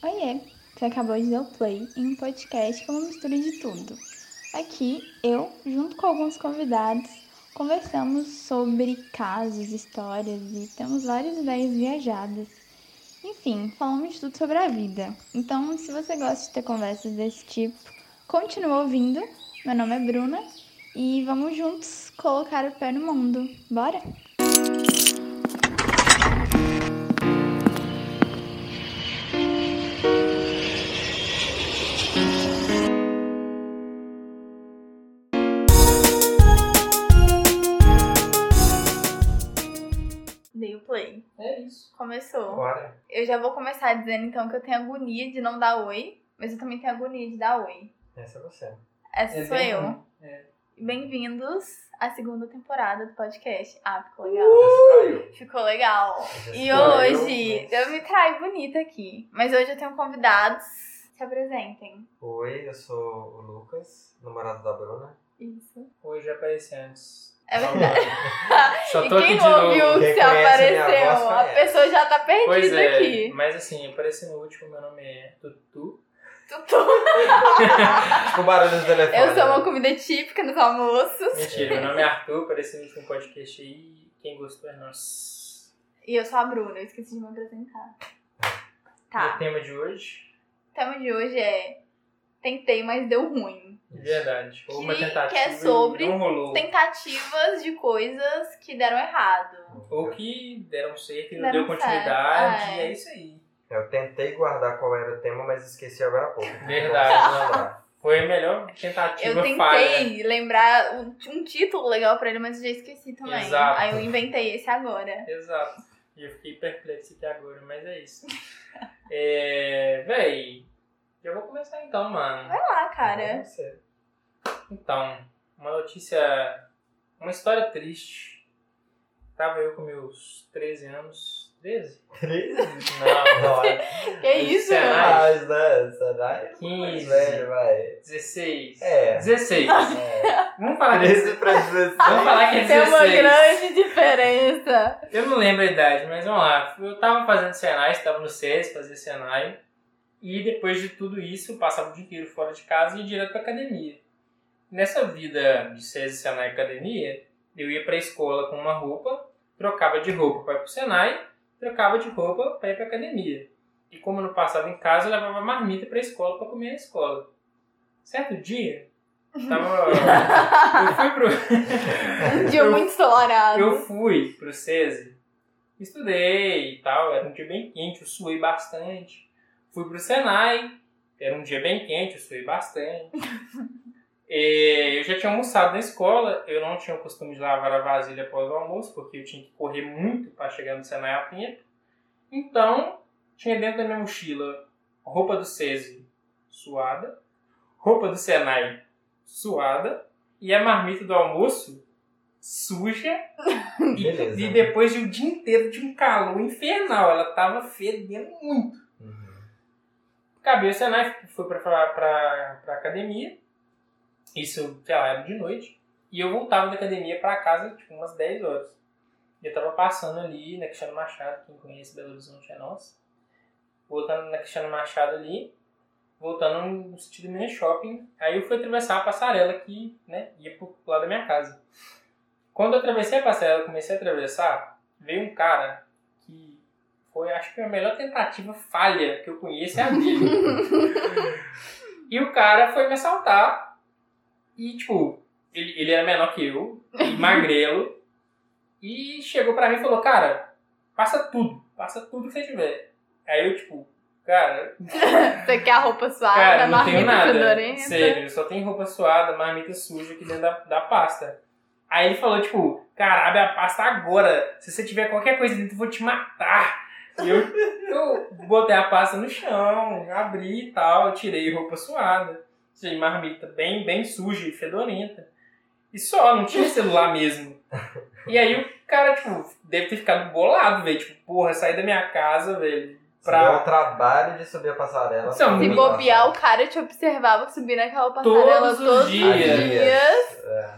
Oiê, você acabou de dar o play em um podcast com uma mistura de tudo. Aqui, eu, junto com alguns convidados, conversamos sobre casos, histórias e temos várias ideias viajadas. Enfim, falamos de tudo sobre a vida. Então, se você gosta de ter conversas desse tipo, continua ouvindo. Meu nome é Bruna e vamos juntos colocar o pé no mundo. Bora? Dei o play. É isso. Começou. Bora. Eu já vou começar dizendo então que eu tenho agonia de não dar oi, mas eu também tenho agonia de dar oi. Essa é você. Essa sou eu. Ruim. É. Bem-vindos à segunda temporada do podcast. Ah, ficou legal. Ficou legal. E hoje, eu me traio bonita aqui, mas hoje eu tenho convidados. Se apresentem. Oi, eu sou o Lucas, namorado da Bruna. Isso. Hoje já apareci antes. É verdade. Só E tô quem aqui de não novo. ouviu Quem se conhece minha apareceu? voz A conhece. pessoa já tá perdida Pois é, aqui. mas assim, eu apareci no último, meu nome é Tutu. Com barulho do telefone. Eu sou uma comida típica nos almoços. Mentira, meu nome é Arthur, apareci no último podcast aí. Quem gostou é nós. E eu sou a Bruna, eu esqueci de me apresentar. E Tá. o tema de hoje? O tema de hoje é Tentei, mas deu ruim. De verdade. Ou uma Que tentativa é sobre e não rolou. Tentativas de coisas que deram errado. Ou que deram certo e não Deram deu continuidade. certo, é. É isso aí. Eu tentei guardar qual era o tema, mas esqueci agora há pouco. Verdade. Foi a melhor tentativa Eu tentei falha. lembrar um título legal pra ele, mas eu já esqueci também. Exato. Aí eu inventei esse agora. Exato. E eu fiquei perplexo aqui agora, mas é isso. Véi, já vou começar então, mano. Vai lá, cara. Você. Então, uma notícia, uma história triste. Tava eu com meus 13 anos. 13? 13? Não, Que isso? Senai. Mas, né? Senai é 15. mais velho, vai. 16. É. 16. É. Vamos falar que é 13 pra 16. Vamos falar que é Tem uma 16. grande diferença. Eu não lembro a idade, mas vamos lá. Eu tava fazendo Senai, estava no SESI, fazia Senai. E depois de tudo isso, eu passava o dia inteiro fora de casa e ia direto pra academia. Nessa vida de SESI, Senai e academia, eu ia pra escola com uma roupa, trocava de roupa pra ir pro Senai, trocava de roupa pra ir pra academia. E como eu não passava em casa, eu levava marmita pra escola pra comer na escola. Certo dia, eu fui pro... Um dia muito ensolarado. Eu fui pro SESI, estudei e tal, era um dia bem quente, eu suei bastante. Fui pro Senai, era um dia bem quente, eu suei bastante. Eu já tinha almoçado na escola, eu não tinha o costume de lavar a vasilha após o almoço, porque eu tinha que correr muito para chegar no Senai a tempo. Então, tinha dentro da minha mochila roupa do SESI suada, roupa do Senai suada e a marmita do almoço suja. Beleza. E depois de um dia inteiro de um calor infernal, ela tava fedendo muito. Acabei o Senai, fui pra academia. Isso, sei lá, era de noite. E eu voltava da academia pra casa, tipo, umas 10 horas. E eu tava passando ali na Cristiano Machado, quem conhece Belo Horizonte é nosso. Voltando na Cristiano Machado ali, voltando no sentido Minas Shopping. Aí eu fui atravessar a passarela que, né, ia pro lado da minha casa. Quando eu atravessei a passarela, comecei a atravessar, veio um cara que foi, acho que a melhor tentativa falha que eu conheço é a dele. E o cara foi me assaltar. E, tipo, ele era menor que eu, e magrelo. E chegou pra mim e falou, cara, passa tudo que você tiver. Aí eu, tipo, cara... Você quer a roupa suada, Cara, a não tenho marmita nada. fedorenta? Sério, só tem roupa suada, marmita suja aqui dentro da pasta. Aí ele falou, tipo, cara, abre a pasta agora. Se você tiver qualquer coisa dentro, eu vou te matar. E eu botei a pasta no chão, abri e tal, tirei roupa suada. Tirei marmita bem suja e fedorenta. E só, não tinha celular mesmo. E aí o cara, tipo, deve ter ficado bolado, velho. Tipo, porra, saí da minha casa, velho. Você deu o trabalho de subir a passarela. São Se muito bobear, o cara te observava subir naquela passarela Todos os todos os dias. dias. É.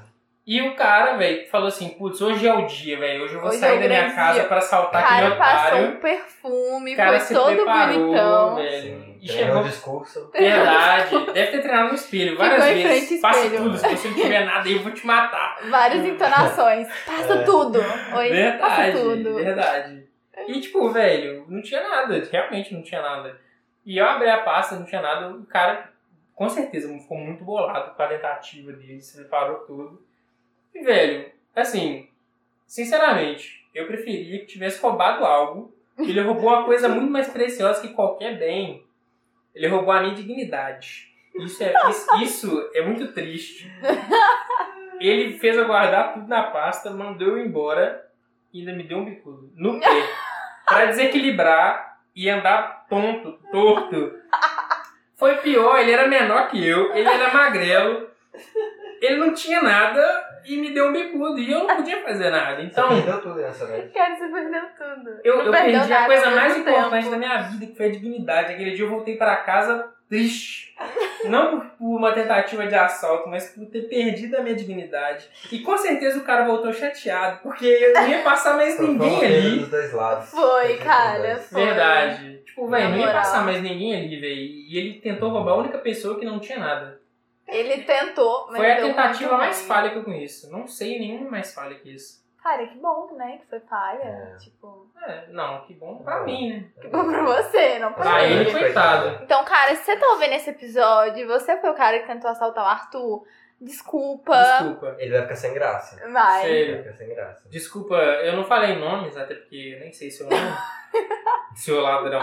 E o cara, velho, falou assim, putz, hoje é o dia, velho. Hoje eu vou Hoje sair é o da minha grande casa dia. pra assaltar O cara aquele passou otário. um perfume, O cara foi se todo preparou, bonitão. velho. Sim, E treinou chegou... o discurso. Verdade. Deve ter treinado no espelho várias Ficou em vezes. frente ao Passa espelho. tudo. Se você não tiver nada aí, eu vou te matar. Várias entonações. Passa tudo. Oi, Verdade. passa tudo. Verdade. E tipo, velho, não tinha nada. Realmente não tinha nada. E eu abri a pasta, não tinha nada. O cara, com certeza, ficou muito bolado com a tentativa dele. Se preparou tudo. E, velho, assim, sinceramente, eu preferia que tivesse roubado algo. Ele roubou uma coisa muito mais preciosa que qualquer bem. Ele roubou a minha dignidade. Isso é muito triste. Ele fez eu guardar tudo na pasta, mandou eu embora e ainda me deu um bicudo no pé. Pra desequilibrar e andar torto. Foi pior, ele era menor que eu, ele era magrelo, ele não tinha nada e me deu um bicudo. E eu não podia fazer nada. Então, Você perdeu tudo nessa vez. Cara, você perdeu tudo. eu Não perdeu perdi a nada coisa ao mais mesmo importante tempo. da minha vida, que foi a dignidade. Aquele dia eu voltei pra casa triste. Não por uma tentativa de assalto, mas por ter perdido a minha dignidade. E com certeza o cara voltou chateado, porque eu não ia passar mais Foi ninguém uma perda ali. dos dois lados. Foi, Foi cara. dos dois. Foi. Verdade. Tipo, velho, Na não ia moral. passar mais ninguém ali, velho. E ele tentou roubar a única pessoa que não tinha nada. Ele tentou, mas Foi a deu tentativa muito mais ruim. falha que eu conheço. Não sei nenhuma mais falha que isso. Cara, que bom, né? Que foi falha. É. Tipo, Não, que bom pra mim, né? que bom pra você, não pra Pra ele. ele, coitado. Então, cara, se você tá ouvindo esse episódio, você foi o cara que tentou assaltar o Arthur, desculpa. Desculpa. Ele vai ficar sem graça. Vai. Ele vai Sério. ficar sem graça. Desculpa, eu não falei nomes, até porque eu nem sei seu nome. Seu ladrão.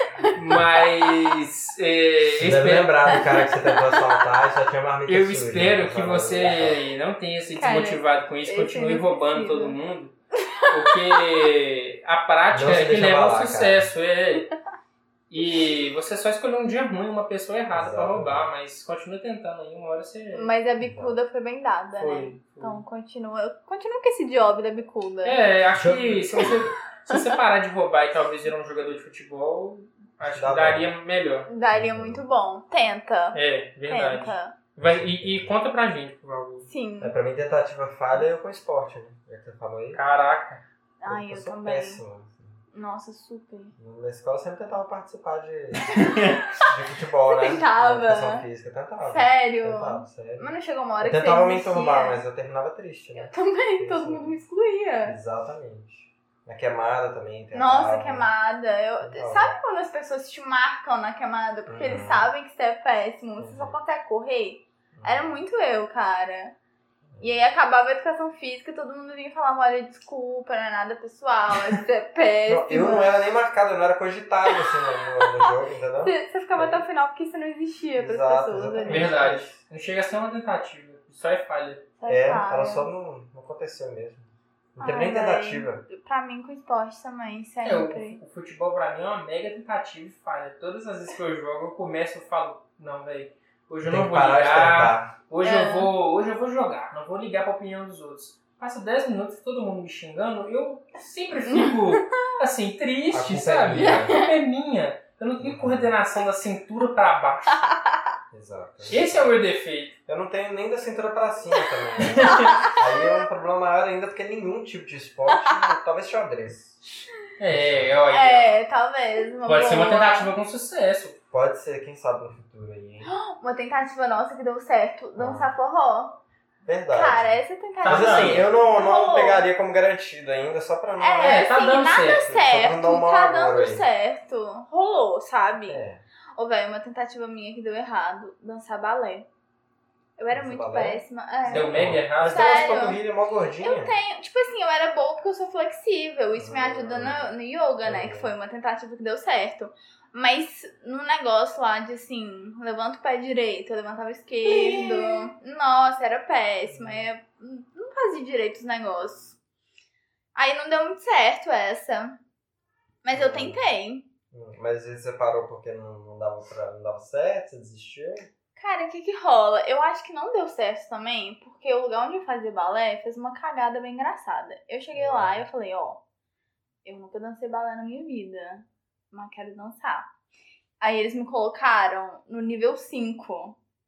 Mas. Você deve lembrar do cara que você tentou assaltar e só tinha marmita Eu suja, espero né? que você não tenha se Cara, desmotivado com isso, esse continue é roubando impossível. todo mundo. Porque a prática Não se é que deixa leva ao abalar, sucesso. E você só escolheu um dia ruim, uma pessoa errada pra Exatamente. roubar, mas continua tentando aí, uma hora você. Mas a bicuda foi bem dada, né? Foi. Então, continua com esse job da bicuda. Acho que se você parar de roubar e talvez virar um jogador de futebol, acho Dá que bom. daria melhor. Daria muito bom. Tenta. Verdade. Tenta. E conta pra gente, por favor. Sim. É, pra mim, tentativa falha eu com esporte, né? Já que você falou aí. Caraca. Ai, eu sou também. péssimo. Nossa, super. Na escola eu sempre tentava participar de futebol, Você né? tentava? De educação física, eu tentava. Sério? Tentava, sério. Mas não chegou uma hora Eu que tentava você me desistia? enturmar, mas eu terminava triste, né? Eu também, todo Isso. mundo me excluía. Exatamente. Na queimada também tentava. Nossa, queimada. Tentava. Sabe quando as pessoas te marcam na queimada porque eles Uhum. sabem que você é péssimo, você só Uhum. consegue correr? Era muito eu, cara. E aí acabava a educação física e todo mundo vinha e falava, olha, desculpa, não é nada pessoal, você é Não, péssimo. eu não era nem marcado, eu não era cogitado assim no jogo, entendeu? Você ficava até o final porque isso não existia para as Exato, pessoas ali. exatamente. Verdade. Não chega a ser uma tentativa, só é falha. Você Ela só não aconteceu mesmo. Não teve Ai, nem véi. tentativa. Pra mim, com esporte também, sempre. O futebol pra mim é uma mega tentativa e falha. Todas as vezes que eu jogo, eu começo e falo, não, velho, hoje eu Tem não que vou parar de ligar, tentar. hoje É. eu vou jogar, não vou ligar pra opinião dos outros. Passa 10 minutos todo mundo me xingando, eu sempre fico, assim, A triste, culpa é sabe? minha. A culpa é minha. Eu não tenho coordenação da cintura pra baixo. Exato. Esse é o meu defeito. Eu não tenho nem da cintura pra cima também. Né? Aí é um problema maior ainda, porque nenhum tipo de esporte, talvez xadrez. Olha. É, talvez. Pode ser uma boa. tentativa com sucesso. Pode ser, quem sabe no futuro aí, hein? Uma tentativa nossa que deu certo, dançar forró. Verdade. Cara, essa tentativa. Mas assim, eu não Rolou. pegaria como garantido ainda, só pra não... É, tá assim, dando nada certo. Só pra não dar um mau tá agouro dando aí. certo. Rolou, sabe? É. Ô, velho, uma tentativa minha que deu errado, dançar balé. Eu era Dançar muito balé? péssima. É. Deu mega errado. Mas tem umas Sério? panturrilhas mó gordinhas. Eu tenho, tipo assim, eu era boa porque eu sou flexível. Isso me ajuda no yoga, né? Que foi uma tentativa que deu certo. Mas no negócio lá de assim, levanta o pé direito, eu levantava o esquerdo. Nossa, era péssima. Eu não fazia direito os negócios. Aí não deu muito certo essa. Mas eu tentei. Mas você parou porque não dava certo, você desistiu? Cara, o que rola? Eu acho que não deu certo também, porque o lugar onde eu fazia balé fez uma cagada bem engraçada. Eu cheguei lá e eu falei, ó, eu nunca dancei balé na minha vida, mas quero dançar. Aí eles me colocaram no nível 5.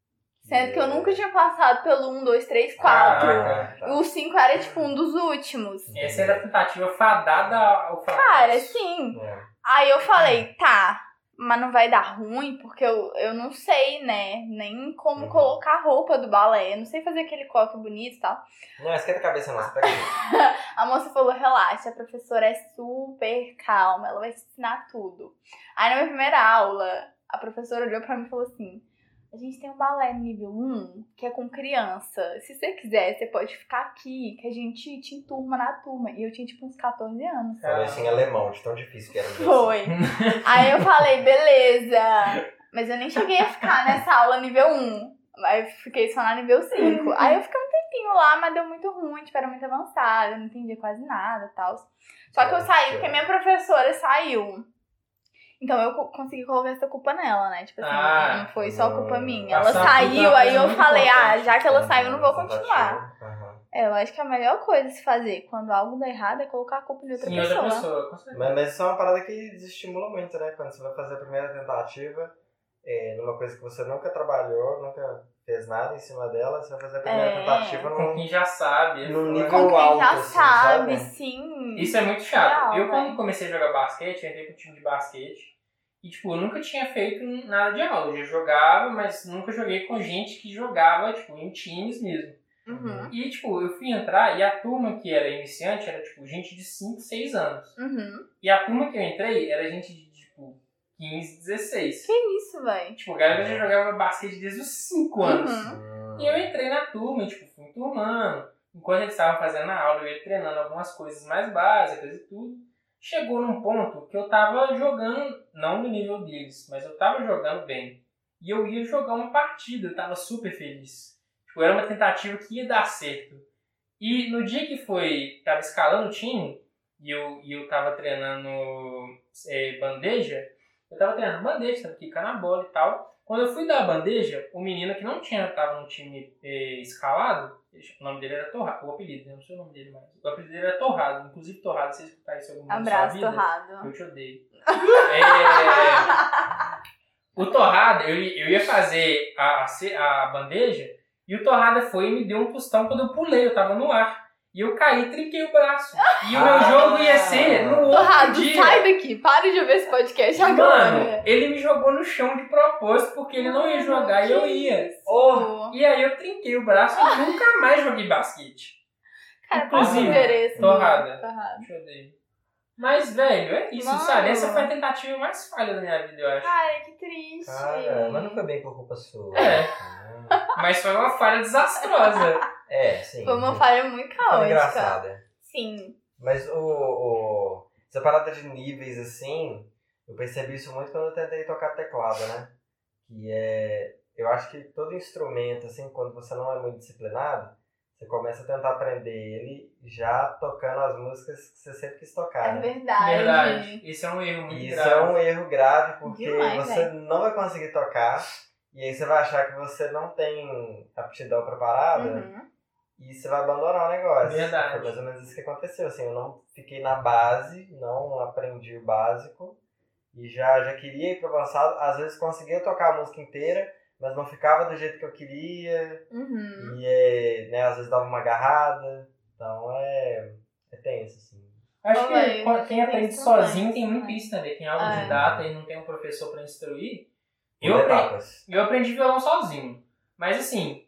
Sendo que eu nunca tinha passado pelo 1, 2, 3, 4. Tá. O 5 era, tipo, um dos últimos. Essa era a tentativa fadada ao fracasso. Cara, sim. Aí eu falei, tá, mas não vai dar ruim, porque eu não sei, né, nem como colocar a roupa do balé. Eu não sei fazer aquele coque bonito e tal. Não, esquenta a cabeça não, você pega aí. A moça falou, relaxa, a professora é super calma, ela vai te ensinar tudo. Aí na minha primeira aula, a professora olhou pra mim e falou assim, a gente tem um balé nível 1, que é com criança. Se você quiser, você pode ficar aqui, que a gente te enturma na turma. E eu tinha, tipo, uns 14 anos. Falei assim em alemão, de tão difícil que era. Foi. Aí eu falei, beleza. Mas eu nem cheguei a ficar nessa aula nível 1. Aí eu fiquei só na nível 5. Aí eu fiquei um tempinho lá, mas deu muito ruim, tipo, era muito avançado, eu não entendia quase nada e tal. Só que eu saí porque minha professora saiu. Então eu consegui colocar essa culpa nela, né? Tipo assim, não foi só culpa minha. Ela saiu, aí eu falei, já que ela saiu, eu não vou continuar. Eu acho que a melhor coisa a se fazer quando algo dá errado é colocar a culpa em outra pessoa. Outra pessoa, com certeza. Mas isso é uma parada que desestimula muito, né? Quando você vai fazer a primeira tentativa, numa coisa que você nunca trabalhou, nunca fez nada em cima dela, você vai fazer a primeira tentativa com quem já sabe. Num nível com quem alto, já assim, sabe, sim. Isso é muito chato. Real, eu, quando comecei a jogar basquete, eu entrei pro time de basquete. E, tipo, eu nunca tinha feito nada de aula. Eu já jogava, mas nunca joguei com gente que jogava, tipo, em times mesmo. Uhum. E, tipo, eu fui entrar e a turma que era iniciante era, tipo, gente de 5, 6 anos. Uhum. E a turma que eu entrei era gente de, tipo, 15, 16. Que isso, velho? Tipo, a galera já jogava basquete desde os 5 anos. Uhum. E eu entrei na turma, tipo, fui turmando. Enquanto eles estavam fazendo a aula, eu ia treinando algumas coisas mais básicas e tudo. Chegou num ponto que eu tava jogando, não no nível deles, mas eu tava jogando bem. E eu ia jogar uma partida, eu tava super feliz. Tipo, era uma tentativa que ia dar certo. E no dia que tava escalando o time, e eu tava treinando bandeja, tava quicando a bola e tal. Quando eu fui dar a bandeja, o menino que não tava no time escalado, o nome dele era Torrado, o apelido, eu não sei o nome dele mais. O apelido dele era Torrado, inclusive Torrado, se você escutar isso algum momento da sua vida, Torrado. eu te odeio. O Torrado, eu ia fazer a bandeja, e o Torrada foi e me deu um tostão quando eu pulei, eu tava no ar. E eu caí e trinquei o braço. E o meu jogo ia ser no outro Torrado, dia. sai daqui, pare de ver esse podcast agora. Mano, ele me jogou no chão de propósito porque ele não ia jogar e eu ia. E aí eu trinquei o braço e nunca mais joguei basquete. Cara, inclusive, Torrada. Torrada. Eu odeio. Mas, velho, é isso, Mano. sabe? Essa foi a tentativa mais falha da minha vida, eu acho. Cara, que triste. Cara, mas não foi bem por culpa sua. Mas foi uma falha desastrosa. Sim. Foi uma falha muito Foi caótica. engraçada. Sim. Mas essa parada de níveis, assim, eu percebi isso muito quando eu tentei tocar teclado, né? Que eu acho que todo instrumento, assim, quando você não é muito disciplinado, você começa a tentar aprender ele já tocando as músicas que você sempre quis tocar, É né? verdade. Isso é um erro muito Isso grave. é um erro grave, porque Demais, você não vai conseguir tocar, e aí você vai achar que você não tem aptidão pra parada, Uhum. e você vai abandonar o negócio. Verdade. Foi mais ou menos isso que aconteceu, assim, eu não fiquei na base, não aprendi o básico, e já queria ir pro avançado, às vezes conseguia tocar a música inteira, mas não ficava do jeito que eu queria, Uhum. e né, às vezes dava uma agarrada, então é tenso, assim. Acho que quem aprende sozinho tem também. muito isso também. Quem é autodidata e não tem um professor pra instruir. Por etapas. Eu aprendi violão sozinho. Mas assim,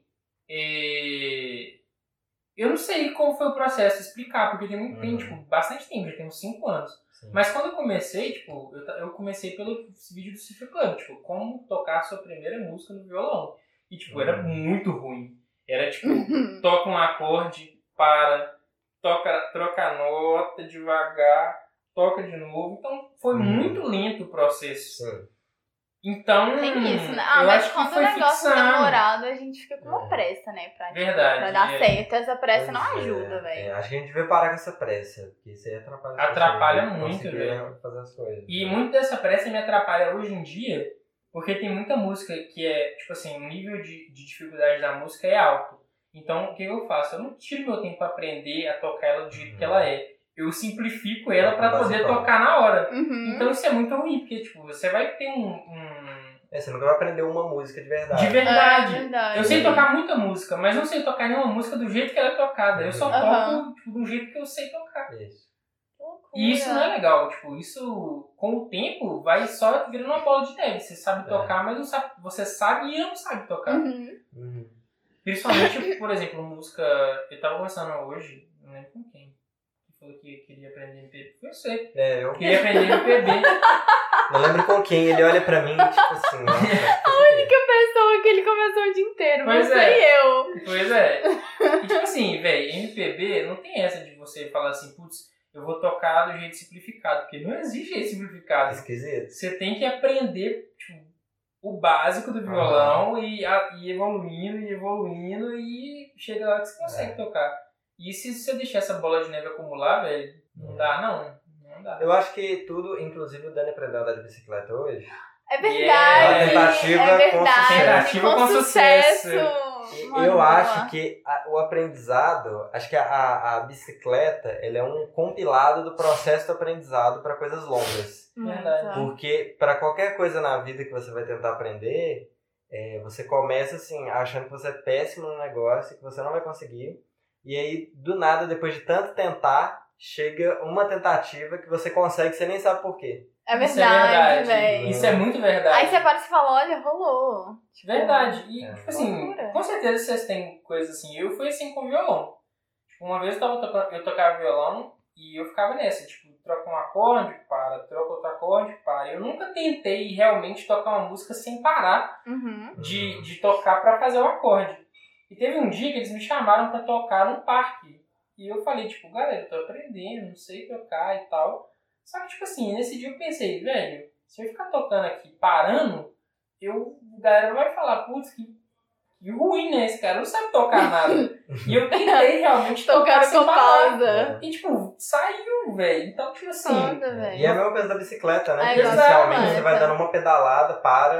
eu não sei como foi o processo de explicar, porque tem tipo, bastante tempo, já tem uns 5 anos. Sim. Mas quando eu comecei, tipo, eu comecei pelo vídeo do Cifra Club, tipo, como tocar a sua primeira música no violão. E tipo, era muito ruim. Era tipo, toca um acorde, troca a nota devagar, toca de novo. Então foi muito lento o processo. Sim. Então, Tem isso, né? eu Mas acho que quando o foi negócio é fixando. demorado, a gente fica com uma pressa, né? Pra Verdade, dar é. certo. Essa pressa não Pois ajuda, velho. Acho que a gente devia parar com essa pressa, porque isso aí atrapalha as Atrapalha pessoas, muito, conseguir velho. fazer as coisas. E muito dessa pressa me atrapalha hoje em dia, porque tem muita música que é, tipo assim, o nível de dificuldade da música é alto. Então, o que eu faço? Eu não tiro meu tempo pra aprender a tocar ela do jeito que ela é. Eu simplifico ela pra poder tocar na hora. Uhum. Então, isso é muito ruim, porque, tipo, você vai ter Você nunca vai aprender uma música de verdade. De verdade. verdade. Eu sei tocar muita música, mas não sei tocar nenhuma música do jeito que ela é tocada. Eu só toco tipo, do jeito que eu sei tocar. Isso. E isso não é legal. Tipo, isso, com o tempo, vai só virando uma bola de neve. Você sabe tocar, mas não sabe, você sabe e não sabe tocar. Principalmente, por exemplo, música... Eu tava conversando hoje, não lembro com quem, que falou que queria aprender MPB. Foi você. Eu Queria aprender MPB. não lembro com quem, ele olha pra mim, tipo assim... A única pessoa que ele conversou o dia inteiro, Pois mas foi eu. Pois é. E tipo assim, velho, MPB não tem essa de você falar assim, putz, eu vou tocar do jeito simplificado, porque não existe jeito simplificado. Esquisito. Você tem que aprender, tipo, o básico do violão e evoluindo e chega lá que você consegue tocar. E se você deixar essa bola de neve acumular, velho, não dá não dá. Eu acho que tudo, inclusive o Dani aprendeu a andar de bicicleta hoje. É verdade. Tentativa com sucesso. Eu acho que o aprendizado, acho que a bicicleta, ela é um compilado do processo do aprendizado para coisas longas. Verdade. Porque para qualquer coisa na vida que você vai tentar aprender, você começa assim, achando que você é péssimo no negócio, que você não vai conseguir. E aí, do nada, depois de tanto tentar, chega uma tentativa que você consegue, você nem sabe por quê. É verdade, velho. Isso é muito verdade. Aí você para e fala, olha, rolou. Verdade. E, tipo assim, loucura. com certeza vocês têm coisas assim. Eu fui assim com violão. Tipo, uma vez eu tocava violão e eu ficava nessa. Tipo, troca um acorde, para. Troca outro acorde, para. Eu nunca tentei realmente tocar uma música sem parar de tocar pra fazer o acorde. E teve um dia que eles me chamaram pra tocar num parque. E eu falei, tipo, galera, eu tô aprendendo, não sei tocar e tal. Só que, tipo assim, nesse dia eu pensei, velho, se eu ficar tocando aqui, parando, a galera vai falar, putz, que ruim, né? Esse cara não sabe tocar nada. E eu tentei realmente tocar sem parar. pausa. E, tipo, saiu, velho. Então, tipo assim... E é a mesma coisa da bicicleta, né? É, Inicialmente você vai dando uma pedalada, para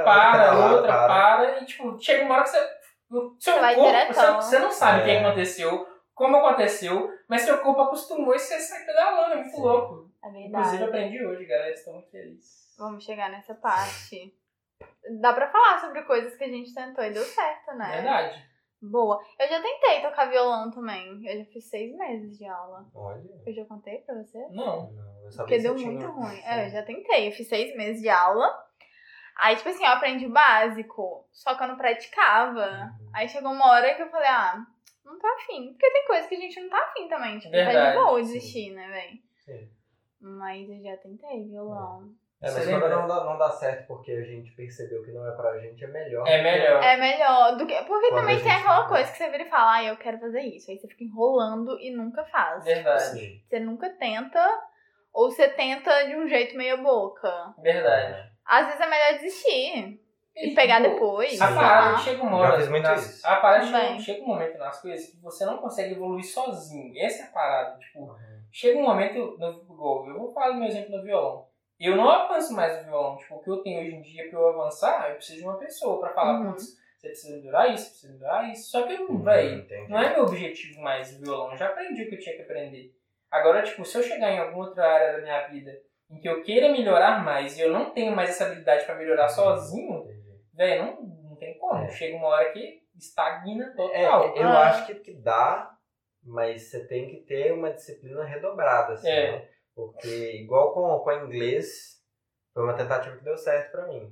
e, tipo, chega uma hora que seu vai corpo, diretão. você não sabe o que aconteceu, como aconteceu, mas seu corpo acostumou e você sai pedalando, é muito louco. É verdade. Inclusive, eu aprendi hoje, galera, estou muito feliz. Vamos chegar nessa parte. Dá pra falar sobre coisas que a gente tentou e deu certo, né? Verdade. Boa. Eu já tentei tocar violão também. Eu já fiz 6 meses de aula. Olha. Eu já contei pra você? Não. Eu sabia Porque que deu você muito tinha. ruim. Eu já tentei. Eu fiz 6 meses de aula. Aí, tipo assim, eu aprendi o básico. Só que eu não praticava. Aí chegou uma hora que eu falei, não tô afim. Porque tem coisa que a gente não tá afim também. Tipo, tá de boa desistir, né, velho? Sim. Mas eu já tentei violão. Mas quando não dá certo porque a gente percebeu que não é pra gente, é melhor. É melhor. É melhor do que... Porque Quando também a tem gente aquela não coisa que você vira e fala, eu quero fazer isso. Aí você fica enrolando e nunca faz. Verdade. Sim. Você nunca tenta, ou você tenta de um jeito meia boca. Verdade. Às vezes é melhor desistir e pegar depois. A parada chega uma hora. Já fiz muito isso. A parada Também. chega um momento nas coisas que você não consegue evoluir sozinho. Essa é a parada. Tipo, chega um momento, igual, eu vou falar do meu exemplo no violão. Eu não avanço mais no violão. Tipo, o que eu tenho hoje em dia pra eu avançar, eu preciso de uma pessoa pra falar, putz, você precisa melhorar isso, precisa melhorar isso. Só que eu, velho, não é meu objetivo mais o violão. Eu já aprendi o que eu tinha que aprender. Agora, tipo, se eu chegar em alguma outra área da minha vida em que eu queira melhorar mais e eu não tenho mais essa habilidade pra melhorar sozinho, velho, não tem como. Chega uma hora que estagna total. Eu acho que dá, mas você tem que ter uma disciplina redobrada, assim, né? Porque, igual com inglês, foi uma tentativa que deu certo pra mim.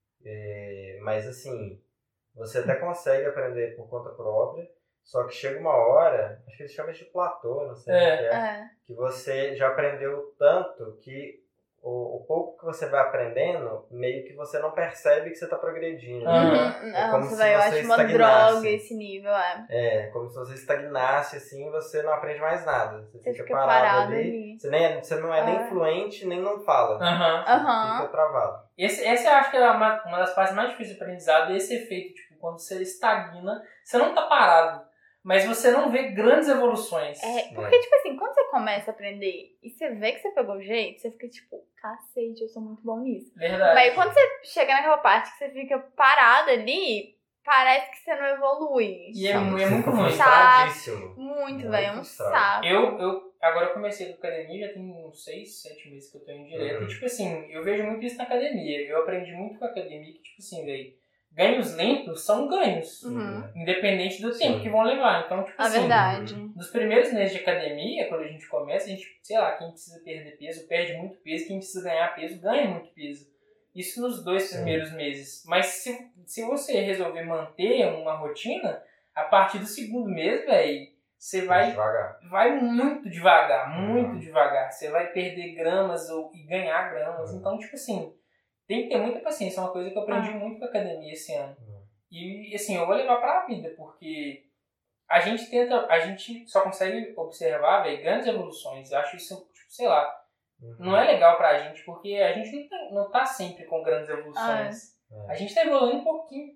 Mas, assim, você até consegue aprender por conta própria, só que chega uma hora, acho que eles chamam de platô, não sei o que é, que você já aprendeu tanto que o pouco que você vai aprendendo, meio que você não percebe que você está progredindo. É como se você eu acho uma estagnasse. droga esse nível, É como se você estagnasse, assim, você não aprende mais nada. Você fica parado parado ali. Você não é nem fluente, nem não fala. Fica travado. Esse eu acho que é uma das partes mais difíceis do aprendizado, esse efeito, tipo, quando você estagna, você não tá parado, mas você não vê grandes evoluções. Porque, tipo assim, quando você começa a aprender e você vê que você pegou o jeito, você fica tipo, cacete, eu sou muito bom nisso. Verdade. Mas quando você chega naquela parte que você fica parada ali, parece que você não evolui. E é muito ruim. Frustradíssimo. Muito, velho, é um saco. Eu agora eu comecei com academia, já tem uns 6, 7 meses que eu tô indo direto. E, tipo assim, eu vejo muito isso na academia. Eu aprendi muito com a academia que, tipo assim, velho, ganhos lentos são ganhos. Independente do tempo que vão levar. Então, tipo assim, verdade. nos primeiros meses de academia, quando a gente começa, a gente, sei lá, quem precisa perder peso, perde muito peso. Quem precisa ganhar peso, ganha muito peso. Isso nos 2 primeiros meses. Mas se você resolver manter uma rotina, a partir do 2º mês, velho, você vai muito devagar, muito devagar. Você vai perder gramas e ganhar gramas. Então, tipo assim, tem que ter muita paciência. É uma coisa que eu aprendi muito com a academia esse ano. E, assim, eu vou levar pra vida, porque a gente só consegue observar, velho, grandes evoluções. Eu acho isso, tipo, sei lá, não é legal pra gente, porque a gente não tá sempre com grandes evoluções. A gente tá evoluindo pouquinho.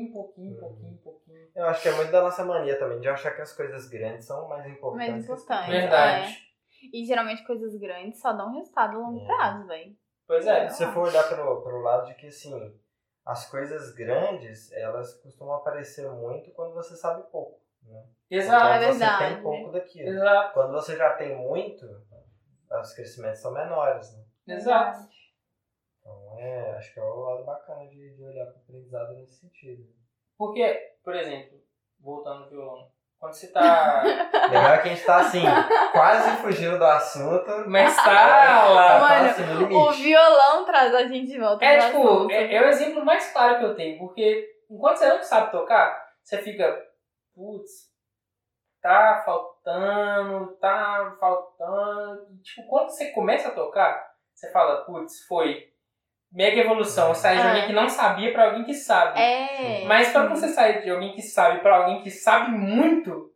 Eu acho que é muito da nossa mania também, de achar que as coisas grandes são mais importantes. Mais importante. Verdade. E geralmente coisas grandes só dão resultado a longo prazo, velho. Pois é. Se você for olhar pelo lado de que, assim, as coisas grandes, elas costumam aparecer muito quando você sabe pouco, né? Exato. Quando É verdade. você tem pouco daquilo. Exato. Quando você já tem muito, os crescimentos são menores, né? Exato. Então, acho que é o lado bacana de olhar para o aprendizado nesse sentido. Porque, por exemplo, voltando ao violão, quando você tá... Legal que a gente tá assim, quase fugindo do assunto, mas tá lá. Mano, assim, no limite. o violão traz a gente de volta. É tipo, é o exemplo mais claro que eu tenho, porque enquanto você não sabe tocar, você fica, putz, tá faltando. E, tipo, quando você começa a tocar, você fala, putz, foi mega evolução. Sai de alguém que não sabia pra alguém que sabe. Mas pra você sair de alguém que sabe pra alguém que sabe muito,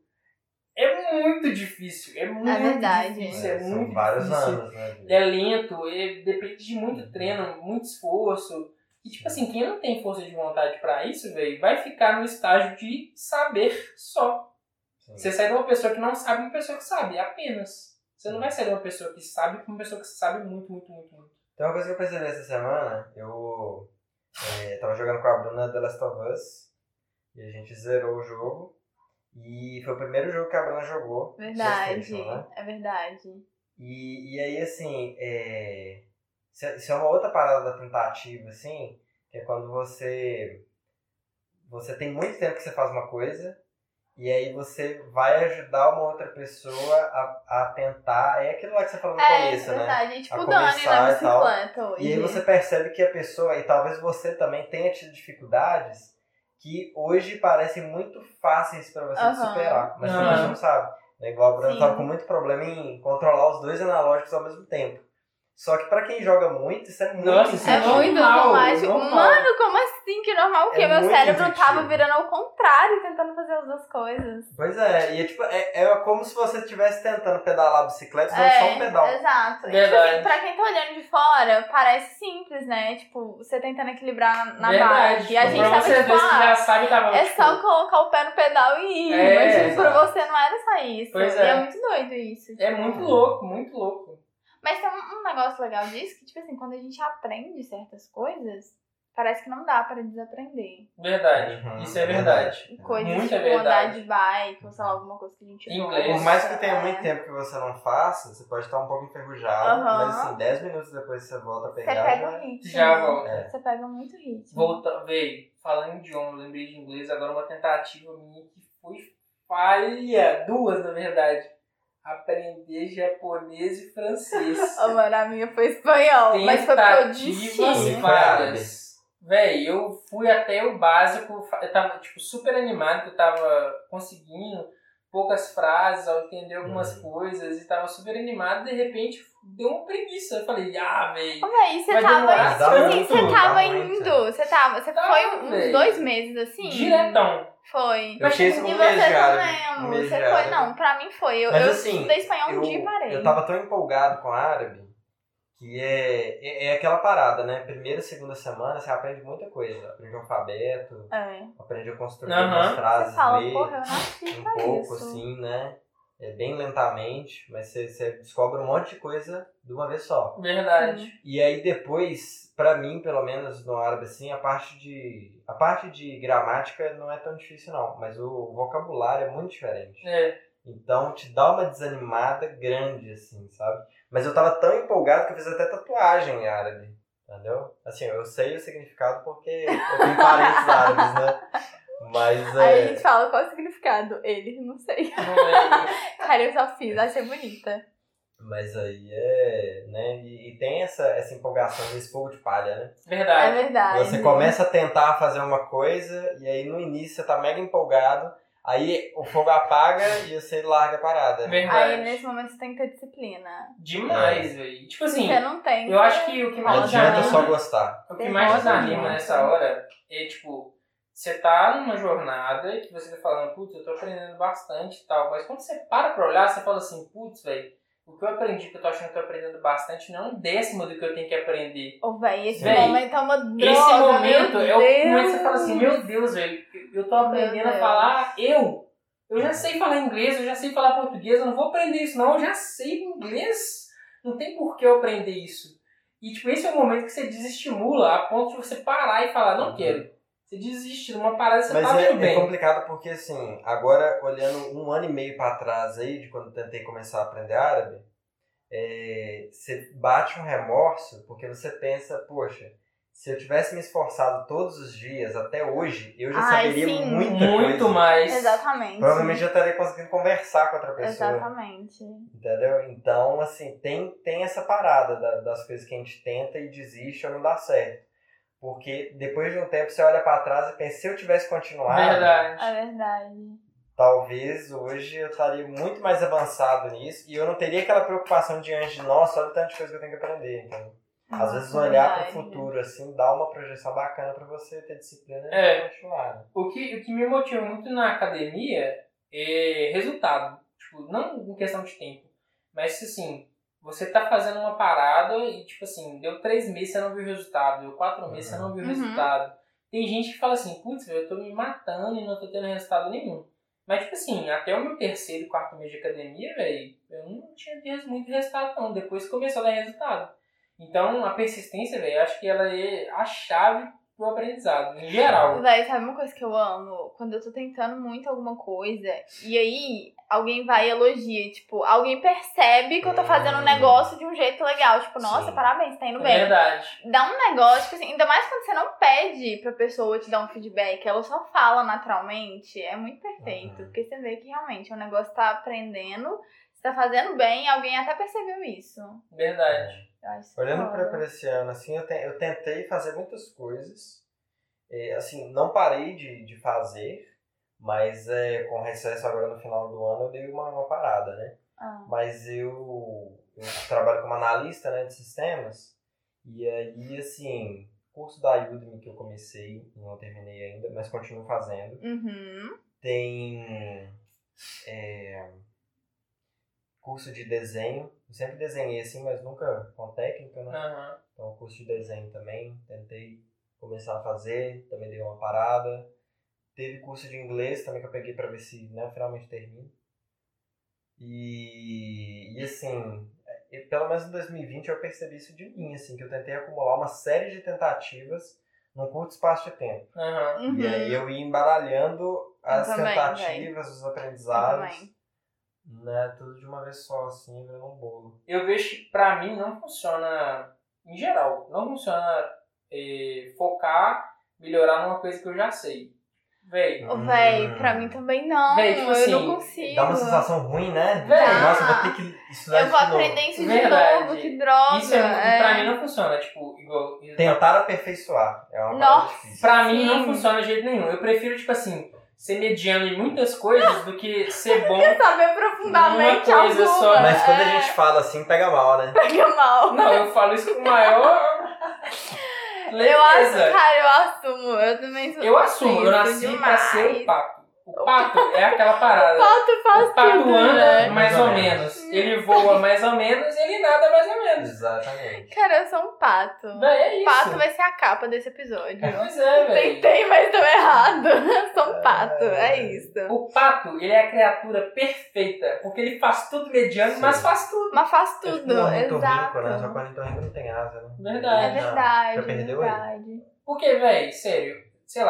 é muito difícil. É muito difícil. São muito vários difícil. anos, né? É lento, depende de muito treino, muito esforço. E tipo assim, quem não tem força de vontade pra isso, velho, vai ficar no estágio de saber só. Sim. Você sai de uma pessoa que não sabe pra uma pessoa que sabe, apenas. Você não vai sair de uma pessoa que sabe pra uma pessoa que sabe muito. Tem uma coisa que eu percebi essa semana, eu tava jogando com a Bruna The Last of Us, e a gente zerou o jogo, e foi o primeiro jogo que a Bruna jogou. Verdade, né? é verdade. E aí, assim, isso é uma outra parada da tentativa, assim, que é quando você tem muito tempo que você faz uma coisa, e aí você vai ajudar uma outra pessoa a tentar. É aquilo lá que você falou no começo, verdade. né? Tipo o Dani na bicicleta hoje. E aí você percebe que a pessoa, e talvez você também tenha tido dificuldades que hoje parecem muito fáceis pra você superar. Mas a gente não sabe. É igual a Bruna tava com muito problema em controlar os 2 analógicos ao mesmo tempo. Só que pra quem joga muito, isso é muito Nossa, é muito automático. Mano, como assim? Que normal o quê? Meu cérebro intuitivo. tava virando ao contrário, tentando fazer as duas coisas. Pois é, e é como se você estivesse tentando pedalar a bicicleta, só um pedal. Exato. E, tipo assim, pra quem tá olhando de fora, parece simples, né? Tipo, você tentando equilibrar na bike. E a gente tava tipo, já sabe, tava, é só colocar o pé no pedal e ir. Mas tipo, pra você não era só isso. Pois E é muito doido isso. É muito louco, muito louco. Mas tem um negócio legal disso, que tipo assim, quando a gente aprende certas coisas, parece que não dá pra desaprender. Verdade, isso é verdade. Coisas muito tipo andar de bike, ou sei lá, alguma coisa que a gente Inglês. Por mais que tenha muito tempo que você não faça, você pode estar um pouco enferrujado, mas assim, 10 minutos depois você volta a pegar. Você pega o ritmo. Já volta. Você pega muito ritmo. Veio, falando em idioma, eu lembrei de inglês, agora uma tentativa minha que foi falha. 2, na verdade. Aprender japonês e francês. Mano, a minha foi espanhol, mas foi pro destino. Falhas. Véi, eu fui até o básico, eu tava tipo super animado, que eu tava conseguindo poucas frases, ao entender algumas coisas, e tava super animado, de repente deu uma preguiça. Eu falei, véi. Véi, você tava indo. Você foi uns 2 meses assim? Diretão. Foi. Eu fiz um mês de árabe. Você foi, não, pra mim foi. Eu estudei espanhol um dia e parei. Eu tava tão empolgado com árabe que é aquela parada, né? Primeira e segunda semana você aprende muita coisa. Aprende o alfabeto, aprende a construir umas frases, você fala, ler porra, eu nasci pra pouco, isso. assim, né? Bem lentamente, mas você descobre um monte de coisa de uma vez só. Verdade. Sim. E aí depois, pra mim, pelo menos no árabe, assim, a parte de gramática não é tão difícil não, mas o vocabulário é muito diferente. Então te dá uma desanimada grande, assim, sabe? Mas eu tava tão empolgado que eu fiz até tatuagem em árabe, entendeu? Assim, eu sei o significado porque eu tenho parentes árabes, né? Mas Aí a gente fala qual é o significado. Ele, não sei. Não é. Cara, eu só fiz, achei bonita. Mas aí né? E tem essa empolgação desse fogo de palha, né? É Verdade. verdade. Você começa a tentar fazer uma coisa e aí no início você tá mega empolgado, aí o fogo apaga e você larga a parada. Né? Verdade. Aí nesse momento você tem que ter disciplina. Demais, velho. Tipo assim, Você não tem. eu acho que o que Não mais adianta desanima- só gostar. O que mais Roda desanima muito. nessa hora é, tipo, você tá numa jornada que você tá falando, putz, eu tô aprendendo bastante e tal, mas quando você para pra olhar, você fala assim, putz, velho, o que eu aprendi, que eu tô achando que eu tô aprendendo bastante, não é 1/10 do que eu tenho que aprender. Ô, véi, esse Véi, momento é uma droga. Esse momento meu é o momento que você Deus. fala assim, meu Deus, velho, eu tô aprendendo a Deus. falar eu já sei falar inglês, eu já sei falar português, eu não vou aprender isso não, eu já sei inglês, não tem por que eu aprender isso. E tipo, esse é o momento que você desestimula a ponto de você parar e falar, não quero. Você desiste numa parada, você Mas tá é indo bem. complicado porque, assim, agora olhando 1 ano e meio pra trás aí, de quando eu tentei começar a aprender árabe, você bate um remorso porque você pensa, poxa, se eu tivesse me esforçado todos os dias até hoje, eu já Ai, saberia sim. muita Muito coisa. mais. Exatamente. Provavelmente já estaria conseguindo conversar com outra pessoa. Exatamente. Entendeu? Então, assim, tem essa parada das coisas que a gente tenta e desiste ou não dá certo. Porque depois de um tempo você olha pra trás e pensa, se eu tivesse continuado, Verdade. É verdade. talvez hoje eu estaria muito mais avançado nisso e eu não teria aquela preocupação diante de, nossa, olha o tanto de coisa que eu tenho que aprender. Então, às vezes olhar para o futuro assim dá uma projeção bacana para você ter disciplina e continuar. Né? O que me motiva muito na academia é resultado. Tipo, não em questão de tempo, mas assim, você tá fazendo uma parada e tipo assim, deu 3 meses você não viu resultado, deu 4 meses você não viu resultado. Tem gente que fala assim, putz, eu tô me matando e não tô tendo resultado nenhum. Mas tipo assim, até o meu 3º, 4º mês de academia, velho, eu não tinha muito resultado não, depois começou a dar resultado. Então, a persistência, velho, eu acho que ela é a chave pro aprendizado, em geral. Véi, sabe uma coisa que eu amo? Quando eu tô tentando muito alguma coisa, e aí alguém vai e elogia, tipo, alguém percebe que eu tô fazendo um negócio de um jeito legal, tipo, nossa, Sim. parabéns, tá indo É bem. verdade. Dá um negócio, tipo assim, ainda mais quando você não pede pra pessoa te dar um feedback, ela só fala naturalmente, é muito perfeito, porque você vê que realmente o negócio tá aprendendo, você tá fazendo bem, alguém até percebeu isso. Verdade. Eu acho isso Olhando foda. para esse ano, assim, eu tentei fazer muitas coisas. Assim, não parei de fazer, mas com recesso agora no final do ano eu dei uma parada, né? Mas eu trabalho como analista, né, de sistemas, e aí, assim, curso da Udemy que eu comecei, não terminei ainda, mas continuo fazendo. Uhum. Tem curso de desenho, eu sempre desenhei assim, mas nunca com técnica, né? Uhum. Então, curso de desenho também, tentei começar a fazer, também dei uma parada. Teve curso de inglês também que eu peguei pra ver se, né, finalmente termino. E assim, pelo menos em 2020 eu percebi isso de mim, assim, que eu tentei acumular uma série de tentativas num curto espaço de tempo. Uhum. E aí eu ia embaralhando as também, tentativas, os aprendizados, também. né, tudo de uma vez só, assim, virando um bolo. Eu vejo que pra mim não funciona, em geral, não funciona focar, melhorar numa coisa que eu já sei. Véi. Véi, pra mim também não. Véi, tipo eu assim, não consigo. Dá uma sensação ruim, né? Véi. Nossa, eu vou ter que estudar Eu isso vou de novo. aprender isso de Verdade. novo, que droga. Isso pra mim não funciona, tipo, igual... Tentar aperfeiçoar é uma Nossa. coisa difícil. Pra mim não Sim. funciona de jeito nenhum. Eu prefiro, tipo assim, ser mediano em muitas coisas do que ser bom. Saber profundamente Uma coisa alguma. só. Mas quando a gente fala assim, pega mal, né? Pega mal. Não, eu falo isso com maior Eu acho, leveza. cara, eu assumo. Eu também sou. Eu assumo, eu isso nasci pra ser demais. o pato. O pato é aquela parada. Pato faz O pato tudo, anda né? mais ou menos. Ele voa mais ou menos e ele nada mais ou menos. Exatamente. Cara, eu sou um pato. Véi, é isso. Pato vai ser a capa desse episódio. Pois é, velho. Tentei, mas deu errado. Eu sou um pato, é isso. O pato, ele é a criatura perfeita, porque ele faz tudo mediano, Sim. mas faz tudo. Mas faz É tipo tudo, um ornitorrinco, exato. né? Só que o ornitorrinco não tem asa, né? Verdade. É verdade, Já é perdeu aí? verdade. Porque, velho, sério, sei lá,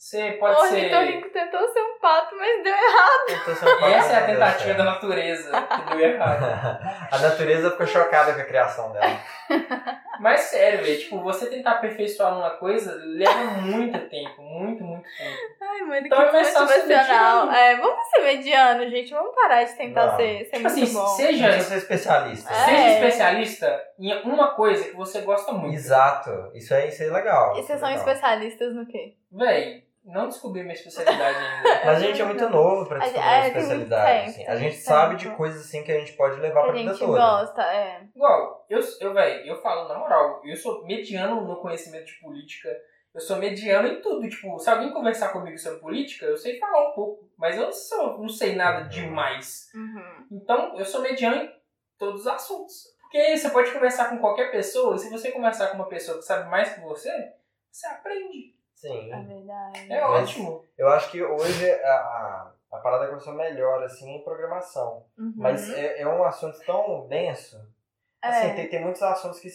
Você pode O ser... ornitorrinco tentou ser um pato, mas deu errado. E essa é a tentativa da natureza que deu errado. A natureza ficou chocada com a criação dela. Mas sério, velho, tipo, você tentar aperfeiçoar uma coisa leva muito tempo, muito tempo. Ai, mano, Então que é mais fácil ser motivacional. mediano. Vamos ser mediano, gente. Vamos parar de tentar Não. ser Tipo muito assim, bom. Deixa eu ser especialista. Seja especialista em uma coisa que você gosta muito. Exato. Isso é legal. E vocês são legal. especialistas no quê? Véi, não descobri minha especialidade ainda. Mas a gente é muito novo pra descobrir a especialidade. tem muito Assim. tempo, A gente tem sabe muito de tempo. coisas assim que a gente pode levar Que pra a vida gente toda. gosta, Igual, eu falo na moral, eu sou mediano no conhecimento de política, eu sou mediano em tudo. Tipo, se alguém conversar comigo sobre política, eu sei falar um pouco, mas eu não sei nada demais. Uhum. Então, eu sou mediano em todos os assuntos. Porque você pode conversar com qualquer pessoa, e se você conversar com uma pessoa que sabe mais que você aprende. Sim. É verdade. É Mas ótimo. eu acho que hoje a parada começou melhor, assim, em programação. Uhum. Mas é um assunto tão denso. É. Assim, tem muitos assuntos que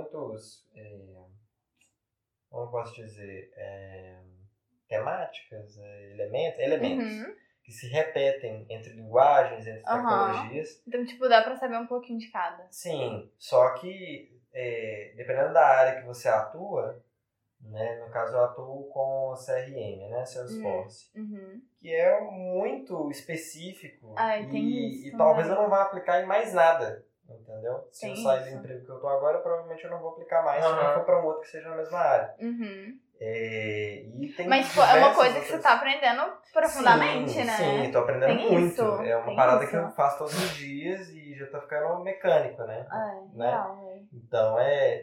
como eu posso dizer? Temáticas, elementos Uhum. que se repetem entre linguagens, entre tecnologias. Então, tipo, dá pra saber um pouquinho de cada. Sim, só que dependendo da área que você atua, né, no caso eu atuo com CRM, né, Salesforce, Uhum. que é muito específico tem isso e talvez também. eu não vá aplicar em mais nada, entendeu? Se Tem eu sair isso. do emprego que eu tô agora, provavelmente eu não vou aplicar mais se eu Aham. não for para um outro que seja na mesma área. Uhum. E tem Mas, tipo, é uma diversas coisa que você outras- tá aprendendo profundamente, sim, né? Sim, tô aprendendo Tem muito. isso, É uma tem parada isso. que eu faço todos os dias e já tá ficando mecânico, né? Né? Real, velho. Então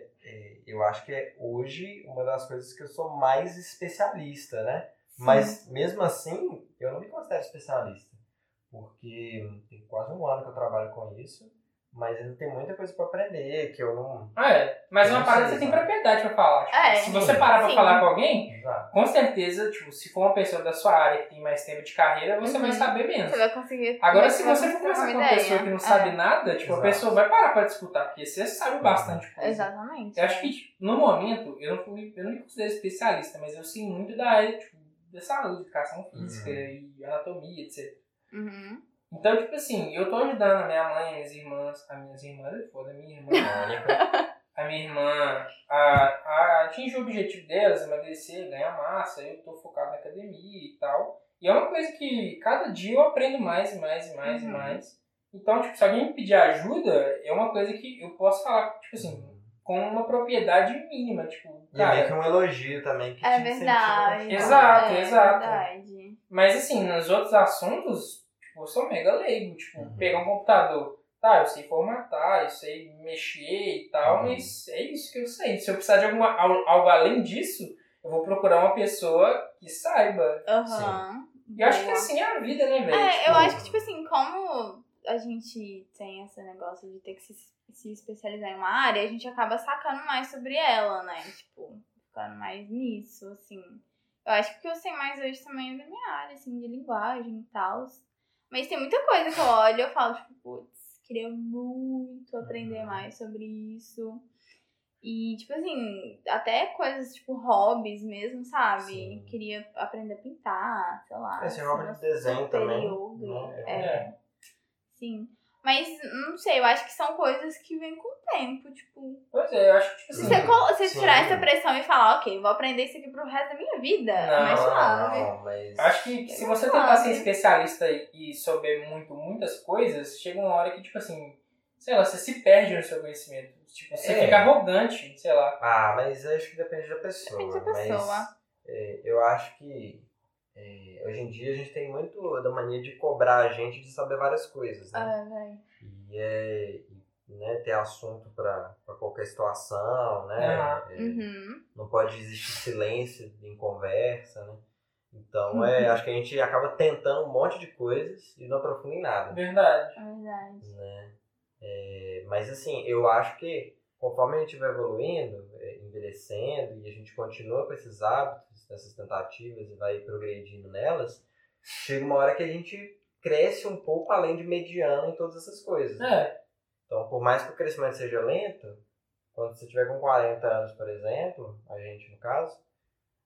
eu acho que é hoje uma das coisas que eu sou mais especialista, né? Mas mesmo assim, eu não me considero especialista. Porque tem quase um ano que eu trabalho com isso, mas ainda tem muita coisa pra aprender, que eu não... Mas Eu uma não parada sei, você tem sabe? propriedade pra falar. Tipo, se você parar pra sim. falar com alguém, Exato. com certeza, tipo, se for uma pessoa da sua área que tem mais tempo de carreira, você vai saber menos. Você vai conseguir... Agora, se vai você for conseguir conversar ter com uma uma pessoa ideia. que não sabe nada, tipo, a Exato. pessoa vai parar pra disputar, porque você sabe bastante coisa. Exatamente. Eu acho que, tipo, no momento, eu não me considero especialista, mas eu sei muito da área, tipo, da saúde, educação física e anatomia, etc. Uhum. Então, tipo assim, eu tô ajudando a minha mãe, minhas irmãs, a minha irmã, a minha irmã a atingir o objetivo delas, emagrecer, ganhar massa, eu tô focado na academia e tal. E é uma coisa que cada dia eu aprendo mais e mais. Então, tipo, se alguém me pedir ajuda, é uma coisa que eu posso falar, tipo assim, com uma propriedade mínima, tipo, E é meio que um elogio também que É te verdade. incentiva. Exato, É exato. verdade. Mas assim, nos outros assuntos, tipo, eu sou mega leigo, tipo, pegar um computador, tá, eu sei formatar, eu sei mexer e tal, mas é isso que eu sei. Se eu precisar de algo além disso, eu vou procurar uma pessoa que saiba. Aham. E eu acho que Boa. assim é a vida, né, velho? Eu acho que, tipo assim, como a gente tem esse negócio de ter que se especializar em uma área, a gente acaba sacando mais sobre ela, né? Tipo, ficando mais nisso, assim. Eu acho que o que eu sei mais hoje também é da minha área, assim, de linguagem e tal. Mas tem muita coisa que eu olho e eu falo, tipo, putz, queria muito aprender mais sobre isso. E, tipo assim, até coisas tipo hobbies mesmo, sabe? Sim. Queria aprender a pintar, sei lá. Esse hobby de desenho também. Yoga. Né? Sim. Mas, não sei, eu acho que são coisas que vêm com o tempo, tipo... Pois é, eu acho que, tipo Se assim... você Sim. tirar essa pressão e falar, ok, vou aprender isso aqui pro resto da minha vida, é mais suave. Não, mas... Eu acho que se você tentar ser especialista e souber muitas coisas, chega uma hora que, tipo assim, sei lá, você se perde no seu conhecimento. Tipo, você fica arrogante, sei lá. Ah, mas acho que depende da pessoa. Depende da pessoa. Mas eu acho que hoje em dia a gente tem muito da mania de cobrar a gente de saber várias coisas, né? Velho. Né, ter assunto para qualquer situação, né? Não pode existir silêncio em conversa, né? Então, acho que a gente acaba tentando um monte de coisas e não aprofunda em nada. Verdade. É verdade. Né? Mas assim, eu acho que conforme a gente vai evoluindo, envelhecendo e a gente continua com esses hábitos, essas tentativas e vai progredindo nelas, chega uma hora que a gente cresce um pouco além de mediano em todas essas coisas. Né? Então, por mais que o crescimento seja lento, quando você tiver com 40 anos, por exemplo, a gente no caso,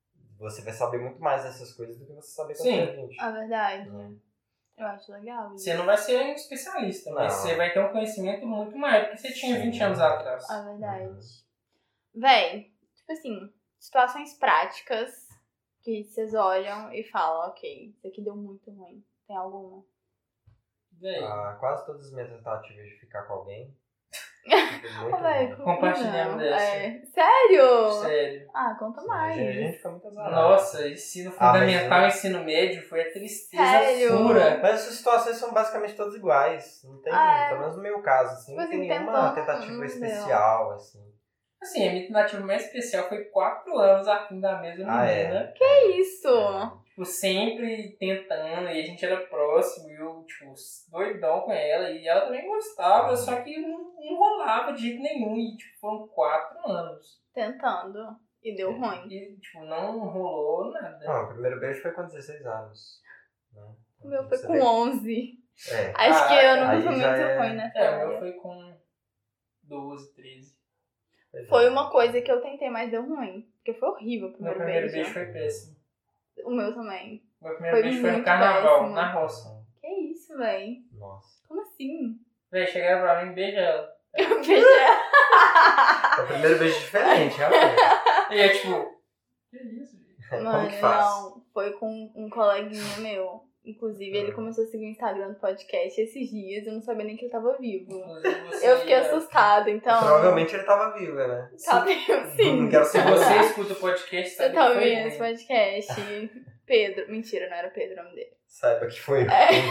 você vai saber muito mais dessas coisas do que você saber quando Sim. tem 20. É verdade. Né? Eu acho legal isso. Você não vai ser um especialista, mas Não. você vai ter um conhecimento muito maior do que você tinha 20 anos atrás. É verdade. Véi, tipo assim, situações práticas que vocês olham e falam, ok, isso aqui deu muito ruim. Tem alguma? Véi, Quase todas as minhas tentativas de ficar com alguém. Muito Véi, ruim. Compartilhamos não. dessa. Sério? sério. Ah, conta mais. A gente fica muito azarado. Nossa, ensino fundamental e ensino médio foi a tristeza Sério? pura. Mas essas situações são basicamente todas iguais. Não tem, pelo menos no meu caso, assim, Tipo não tem assim, nenhuma tentou, tentativa não deu. especial, assim. Assim, a minha tentativa mais especial foi 4 anos a fim da mesma menina. Que isso? Tipo, sempre tentando, e a gente era próximo, e eu, tipo, doidão com ela, e ela também gostava, só que não rolava de jeito nenhum, e, tipo, foram 4 anos. Tentando. E deu ruim. E, tipo, não rolou nada. Não, o primeiro beijo foi com 16 anos. Né? O meu foi Você com vê- 11. É. Acho que eu não aí fui muito já é- ruim nessa É, o meu área. foi com 12, 13. Foi uma coisa que eu tentei, mas deu ruim. Porque foi horrível o Meu primeiro primeiro beijo. beijo foi péssimo. O meu também. Meu primeiro Foi beijo foi no muito carnaval, péssimo. na roça. Que isso, véi? Nossa. Como assim? Véi, chegaram pra mim, beija ela. Eu beijei. É o primeiro beijo diferente, realmente. E é tipo, que isso, gente? Como Mano, que faz? não. Foi com um coleguinha meu. Inclusive, ele começou a seguir o Instagram do podcast esses dias. Eu não sabia nem que ele tava vivo. Inclusive, você Eu fiquei ia- assustada, então... Provavelmente ele tava vivo, né? Tá vivo, sim. Não quero Se ser você escuta o podcast, Você sabe tá que foi ouvindo ruim. esse podcast? Pedro. Mentira, não era Pedro o nome dele. Saiba que foi.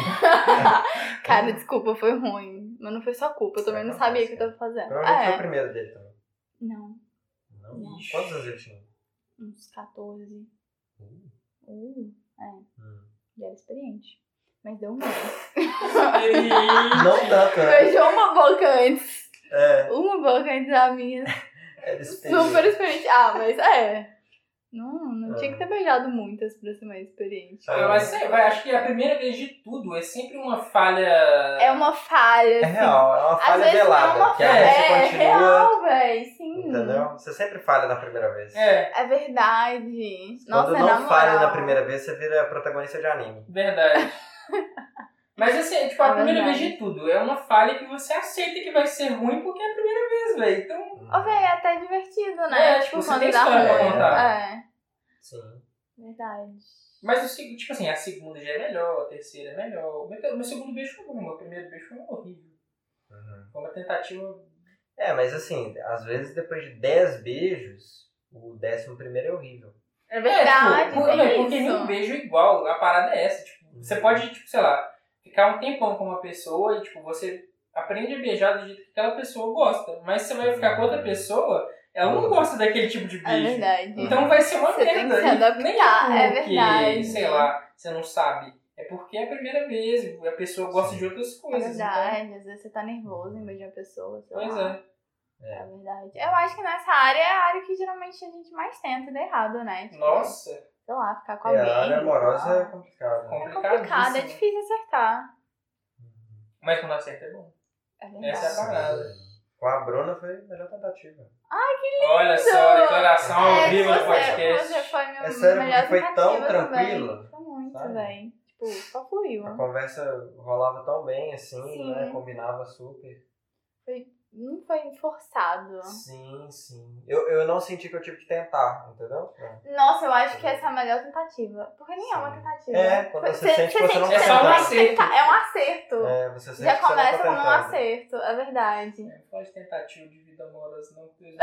Cara, desculpa, foi ruim. Mas não foi só culpa. Eu também não sabia o que eu tava fazendo. Provavelmente foi o primeiro dele também. Não, Não? Não. Quantos anos ele tinha? uns 14. Hum. Já era experiente. Mas deu ruim. Não tanto, né? Beijou uma boca antes. É, Uma boca antes da minha. era experiente. Super experiente. Ah, mas não tinha que ter beijado muitas pra ser mais experiente. Mas acho que a primeira vez de tudo é sempre uma falha. É uma falha, É assim. real, é uma Às falha vezes não é velada. uma Que falha. aí você É continua. real, véi. Sim. Entendeu? Você sempre falha na primeira vez. É, É verdade. Nossa, Quando é não na falha moral. na primeira vez, você vira protagonista de anime. verdade. Mas assim, tipo, a É primeira verdade. vez de tudo é uma falha que você aceita que vai ser ruim porque é a primeira vez, velho. Então, Ô, véi, é até divertido, né? É, tipo, você quando tem dá história pra ruim. contar. É, Sim. verdade. mas o segundo, tipo assim, a segunda já é melhor, a terceira é melhor. Meu segundo beijo foi bom, meu primeiro beijo foi horrível. Uhum. Foi uma tentativa. É, mas assim, às vezes depois de 10 beijos, o 11º é horrível. É verdade, tipo, tem porque isso. nenhum beijo é igual, a parada é essa. Tipo, você pode, tipo, sei lá, ficar um tempão com uma pessoa e, tipo, você aprende a beijar do jeito que aquela pessoa gosta. Mas você vai ficar com outra pessoa, ela não gosta daquele tipo de É beijo. verdade. Então vai ser uma Você tem merda. que se adaptar, Nem é porque, verdade. sei lá, você não sabe. É porque é a primeira vez, e a pessoa gosta de outras É coisas. verdade, às vezes você tá nervoso em beijar a pessoa, sei Então, pois lá. é. É verdade. Eu acho que nessa área é a área que geralmente a gente mais tenta e dá errado, né? Tipo, Nossa, sei lá, ficar com É, alguém. a área amorosa sei lá. é complicada. É complicado, é complicadíssimo. difícil acertar. Mas quando acerta é bom. É verdade. Essa é a parada. Com a Bruna foi a melhor tentativa. Olha só, declaração ao vivo no Você podcast. foi minha É sério, melhor porque foi tão tentativa também. tranquilo, Foi muito, sabe? velho. Tipo, só fluiu. A conversa rolava tão bem, assim, Sim. né? Combinava super. Não foi forçado. Sim, sim. Eu não senti que eu tive que tentar, entendeu? Nossa, eu acho que essa é a melhor tentativa. Porque nem é uma tentativa. É, quando você sente que você não tá que só um vai acerto. tentar. É um acerto. É, você sente Já que você não começa tá como um tentando. acerto, é verdade. Não pode tentativa de vida amorosa, não, porque 2020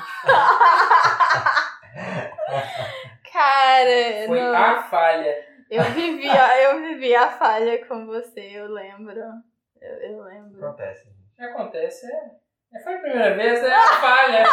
Cara, foi não. a falha. Eu vivi a falha com você, eu lembro. Eu lembro. Acontece. O que acontece foi a primeira vez, é a falha.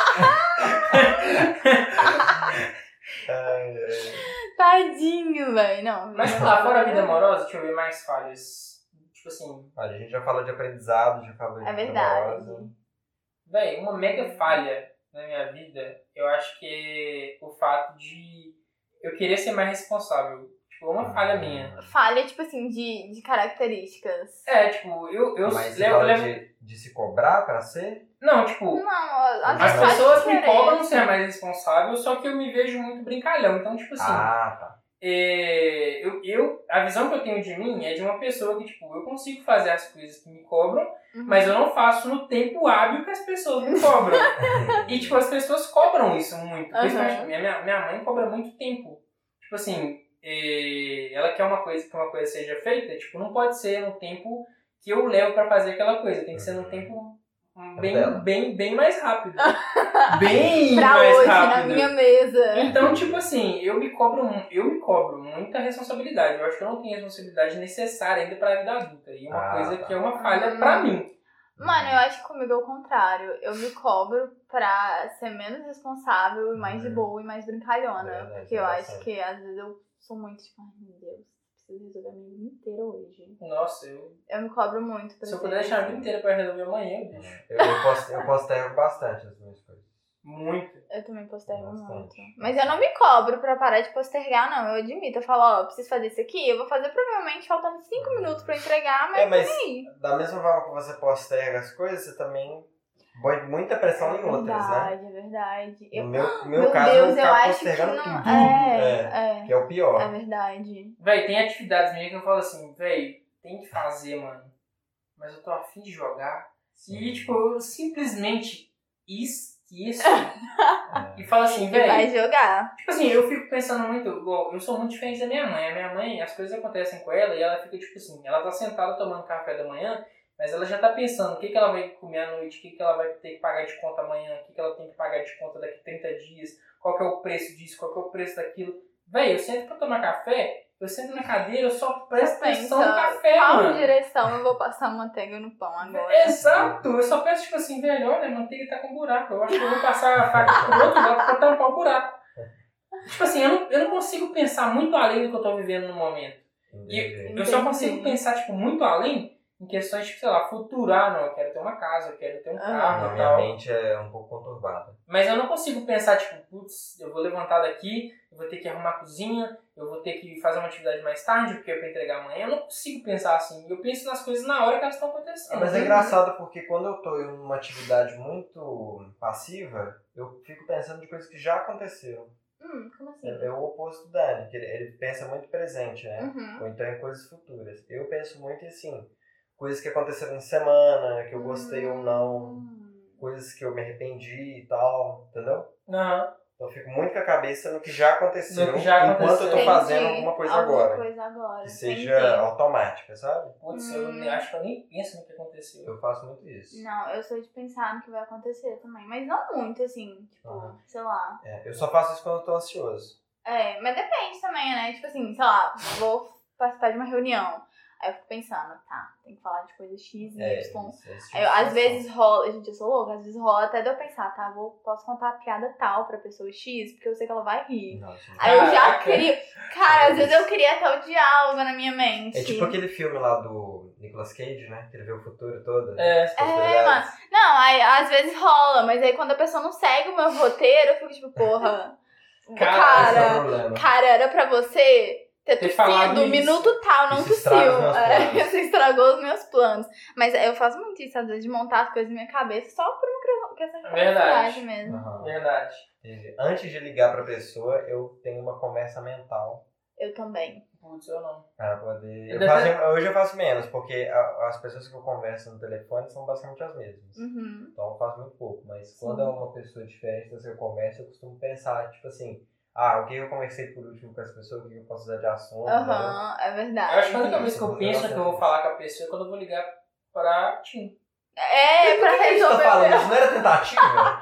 Ai, Tadinho, velho. Não, Mas vida lá, fora a amorosa- vida amorosa, deixa eu ver mais falhas. Tipo assim, olha, a gente já falou de aprendizado, já falou de É vida verdade. amorosa. véi, uma mega falha na minha vida, eu acho que é o fato de eu querer ser mais responsável. Tipo, uma falha minha. Falha, tipo assim, de características. É, tipo, eu Mas você levo... fala de se cobrar pra ser? Não, tipo, Não, as pessoas me cobram ser mais responsável, só que eu me vejo muito brincalhão. Então, tipo assim, Tá. a visão que eu tenho de mim é de uma pessoa que, tipo, eu consigo fazer as coisas que me cobram, mas eu não faço no tempo hábil que as pessoas me cobram. E, tipo, as pessoas cobram isso muito. Principalmente minha mãe cobra muito tempo. Tipo assim, ela quer uma coisa que uma coisa seja feita, tipo, não pode ser no tempo que eu levo pra fazer aquela coisa. Tem que ser no tempo bem mais rápido. Bem pra mais hoje, rápido. na minha mesa. Então, tipo assim, eu me cobro muita responsabilidade. Eu acho que eu não tenho a responsabilidade necessária ainda pra vida adulta. E é uma coisa que é uma falha pra mim. Mano, eu acho que comigo é o contrário. Eu me cobro pra ser menos responsável e mais de boa e mais brincalhona. Porque eu acho que às vezes eu sou muito tipo, ai meu Deus, preciso resolver a minha vida inteira hoje. Nossa, eu me cobro muito pra se eu puder deixar a vida inteira pra resolver amanhã, bicho. Eu postergo bastante as minhas coisas. Muito. Eu também postergo muito. Mas eu não me cobro pra parar de postergar, não. Eu admito. Eu falo, ó, eu preciso fazer isso aqui. Eu vou fazer provavelmente faltando 5 minutos pra entregar, mas aí. Da mesma forma que você posterga as coisas, você também põe muita pressão em outras, né? É verdade. No meu caso, Deus, eu acho postergando que não... tudo. Que é o pior. É verdade. Véi, tem atividades minhas que eu falo assim, véi, tem que fazer, mano. Mas eu tô afim de jogar. E, tipo, eu simplesmente esqueço. E falo assim, véi. Vai jogar. Tipo assim, eu fico pensando muito, igual, eu sou muito diferente da minha mãe. A minha mãe, as coisas acontecem com ela e ela fica, tipo assim, ela tá sentada tomando café da manhã, mas ela já tá pensando o que ela vai comer à noite, o que ela vai ter que pagar de conta amanhã, o que ela tem que pagar de conta daqui a 30 dias, qual que é o preço disso, qual que é o preço daquilo. Véi, eu sento pra tomar café, eu sento na cadeira, eu só presto atenção no café, mano. Qual direção eu vou passar manteiga no pão agora? Exato, eu só penso, tipo assim, velho, olha, a manteiga tá com buraco, eu acho que eu vou passar a faca pro outro lado pra tampar o buraco. Tipo assim, eu não consigo pensar muito além do que eu tô vivendo no momento. E eu só consigo pensar, tipo, muito além em questões, tipo, sei lá, futuro. Ah, não, eu quero ter uma casa, eu quero ter um carro e Minha tal. mente é um pouco conturbada. Mas eu não consigo pensar, tipo, putz, eu vou levantar daqui, eu vou ter que arrumar a cozinha, eu vou ter que fazer uma atividade mais tarde, porque é pra entregar amanhã. Eu não consigo pensar assim. Eu penso nas coisas na hora que elas estão acontecendo. Mas é engraçado porque quando eu tô em uma atividade muito passiva, eu fico pensando de coisas que já aconteceram. Como assim? É o oposto do Dani, que ele pensa muito presente, né? Uhum. Ou então em coisas futuras. Eu penso muito em, assim, coisas que aconteceram em semana, que eu gostei ou não, coisas que eu me arrependi e tal, entendeu? Não. Então eu fico muito com a cabeça no que já aconteceu, enquanto eu tô fazendo alguma coisa agora. Que seja automática, sabe? Putz, eu acho que eu nem penso no que aconteceu. Eu faço muito isso. Não, eu sou de pensar no que vai acontecer também. Mas não muito, assim, tipo, sei lá. Eu só faço isso quando eu tô ansioso. Mas depende também, né? Tipo assim, sei lá, vou participar de uma reunião. Aí eu fico pensando, tá, tem que falar de coisa X e Y. Aí, às vezes rola, gente, eu sou louca, às vezes rola até de eu pensar, tá, posso contar a piada tal pra pessoa X, porque eu sei que ela vai rir. Nossa, aí eu já queria, cara, às vezes eu queria até o diálogo na minha mente. É tipo aquele filme lá do Nicolas Cage, né, que ele vê o futuro todo. Mano. Não, aí às vezes rola, mas aí quando a pessoa não segue o meu roteiro, eu fico tipo, porra, cara, era pra você ter tossido, minuto tal, não tossiu. Você estragou os meus planos. Mas eu faço muito isso, às vezes, de montar as coisas na minha cabeça só por uma questão de criatividade mesmo. Verdade. Antes de ligar pra pessoa, eu tenho uma conversa mental. Eu também. Putz, eu não. Pra poder... Hoje eu faço menos, porque as pessoas que eu converso no telefone são basicamente as mesmas. Então eu faço muito pouco. Mas quando é uma pessoa diferente das que eu converso, eu costumo pensar, tipo assim... o que eu conversei por último com essa pessoa, o que eu posso usar de assunto. É verdade. Eu acho que a única vez que eu penso que eu vou falar com a pessoa é quando eu vou ligar pra Tim. Pra resolver. Você tá falando? Isso não era tentativa?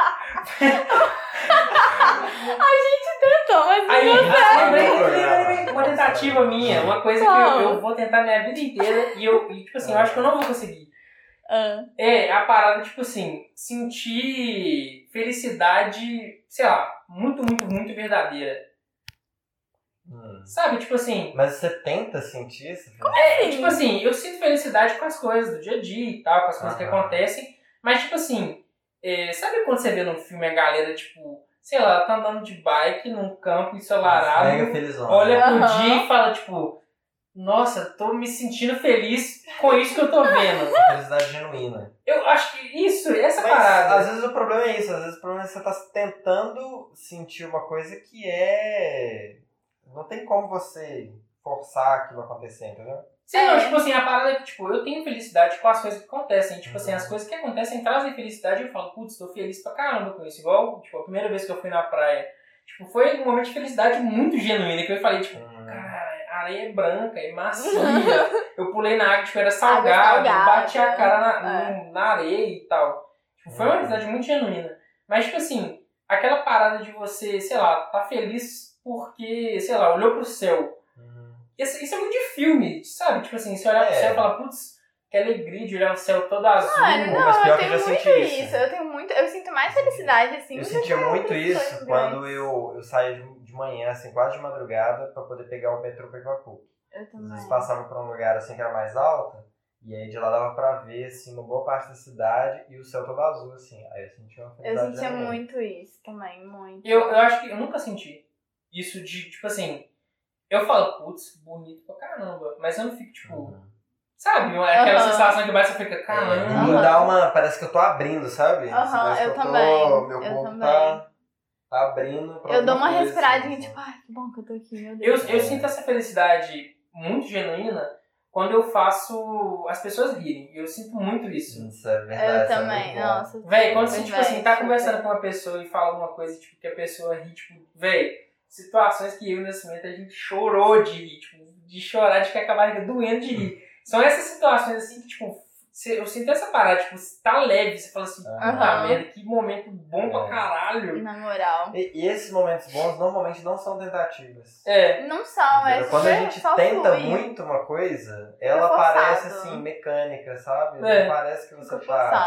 A gente tentou, mas aí, uma tentativa minha, uma coisa que eu vou tentar minha vida inteira e tipo assim, eu acho que eu não vou conseguir. É a parada, tipo assim, sentir felicidade, sei lá, muito, muito, muito verdadeira. Sabe, tipo assim... Mas você tenta sentir isso? Tipo assim, eu sinto felicidade com as coisas do dia a dia e tal, com as coisas que acontecem, mas tipo assim, sabe quando você vê num filme a galera, tipo, sei lá, tá andando de bike num campo ensolarado, olha pro dia e fala, tipo... nossa, tô me sentindo feliz com isso que eu tô vendo. Felicidade genuína. Eu acho que essa Mas, parada. às vezes o problema é isso. Às vezes o problema é que você tá tentando sentir uma coisa que é... Não tem como você forçar aquilo a acontecer, entendeu? Sim, não, tipo assim, a parada é que, tipo, eu tenho felicidade com as coisas que acontecem. Tipo assim, as coisas que acontecem trazem felicidade e eu falo, putz, tô feliz pra caramba com isso. Igual, tipo, a primeira vez que eu fui na praia, tipo, foi um momento de felicidade muito genuíno, que eu falei, tipo, cara, a areia é branca, é macia. Eu pulei na água, tipo, era salgado, bati a cara na areia e tal. Tipo, foi uma felicidade muito genuína. Mas, tipo assim, aquela parada de você, sei lá, tá feliz porque, sei lá, olhou pro céu. Isso é muito de filme, sabe? Tipo assim, você olhar pro céu e falar, putz, que alegria de olhar o céu todo azul. Mano, não, mas pior eu que eu tenho já muito senti isso. Eu sinto mais felicidade, assim. Eu sentia muito isso quando eu saía de manhã, assim, quase de madrugada, pra poder pegar o metrô pra Iguacu. Eu também. Às vezes passava por um lugar, assim, que era mais alto, e aí de lá dava pra ver, assim, uma boa parte da cidade e o céu todo azul, assim. Aí eu sentia uma felicidade. Eu sentia muito isso também, muito. Eu acho que eu nunca senti isso de, tipo assim, eu falo, putz, bonito pra caramba, mas eu não fico, tipo, sabe? Aquela sensação que bate, você fica, caramba. Dá uma, parece que eu tô abrindo, sabe? Eu também. Meu corpo tá abrindo pra eu dou uma coisa, respiradinha, assim, tipo, ai, que bom que eu tô aqui, meu Deus. Eu sinto essa felicidade muito genuína quando eu faço as pessoas rirem. Eu sinto muito isso. Isso é verdade. Eu também, nossa. Véi, quando você, tipo assim, tá conversando com uma pessoa e fala alguma coisa, tipo, que a pessoa ri, tipo, véi, situações que eu e o Nascimento a gente chorou de rir, tipo, de chorar, de ficar com a barriga doendo de rir. São essas situações, assim, que, tipo, eu sinto essa parada, tipo, tá leve, você fala assim, puta merda, que momento bom pra caralho. Na moral. E esses momentos bons normalmente não são tentativas. Não são, quando a gente tenta muito uma coisa, ela parece assim, mecânica, sabe? Não parece que você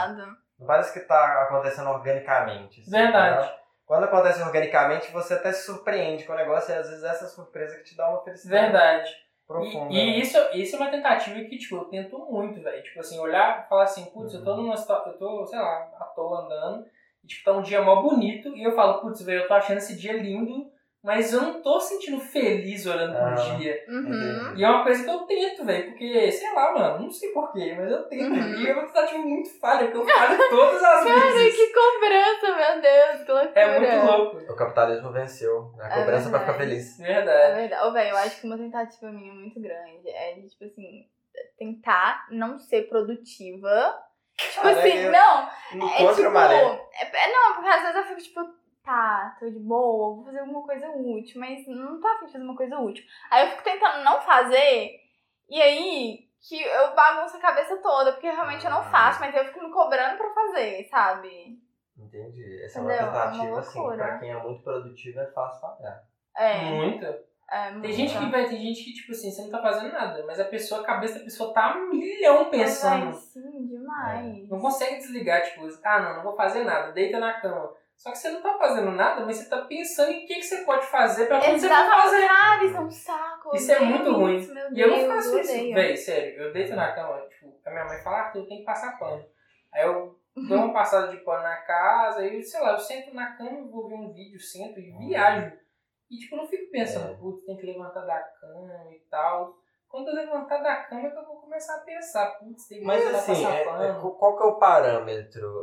não parece que tá acontecendo organicamente. Assim, verdade. Né? Quando acontece organicamente, você até se surpreende com o negócio e às vezes essa surpresa que te dá uma felicidade. Verdade. Profunda. E isso é uma tentativa que, tipo, eu tento muito, velho. Tipo assim, olhar e falar assim, putz, eu tô sei lá, à toa andando, e tipo, tá um dia mó bonito, e eu falo, putz, velho, eu tô achando esse dia lindo, mas eu não tô sentindo feliz olhando pro dia. E é uma coisa que eu tento, velho, porque, sei lá, mano, não sei porquê, mas eu tento. E é uma tentativa muito falha, porque eu falho todas as vezes. Cara, que cobrança, meu Deus, que loucura. É muito louco. O capitalismo venceu. A cobrança pra ficar feliz. Verdade. É verdade. Ô, velho, eu acho que uma tentativa minha muito grande é de, tipo assim, tentar não ser produtiva. Tipo assim, não. Contra a maré. Não, porque às vezes eu fico, tipo, tá, tô de boa, vou fazer alguma coisa útil, mas não tô afim de fazer uma coisa útil. Aí eu fico tentando não fazer, e aí que eu bagunço a cabeça toda, porque realmente eu não faço, mas eu fico me cobrando pra fazer, sabe? Entendi. Essa é uma tentativa, assim, pra quem é muito produtivo é fácil pagar. Muito. Tem gente que, tipo assim, você não tá fazendo nada, mas a cabeça da pessoa tá a milhão pensando. Sim, demais. Não consegue desligar, tipo, não vou fazer nada, deita na cama. Só que você não tá fazendo nada, mas você tá pensando em o que você pode fazer pra quando você for fazer. Cara, isso é um saco. Isso é muito ruim. E eu não faço isso, odeio. Véi, sério. Eu deito na cama, tipo, a minha mãe fala, eu tenho que passar pano. Aí eu dou uma passada de pano na casa, aí, sei lá, eu sento na cama, vou ver um vídeo, sento e viajo. E, tipo, eu não fico pensando, putz, tem que levantar da cama e tal. Quando eu levantar da cama é que eu vou começar a pensar, putz, tem que passar pano. Qual que é o parâmetro?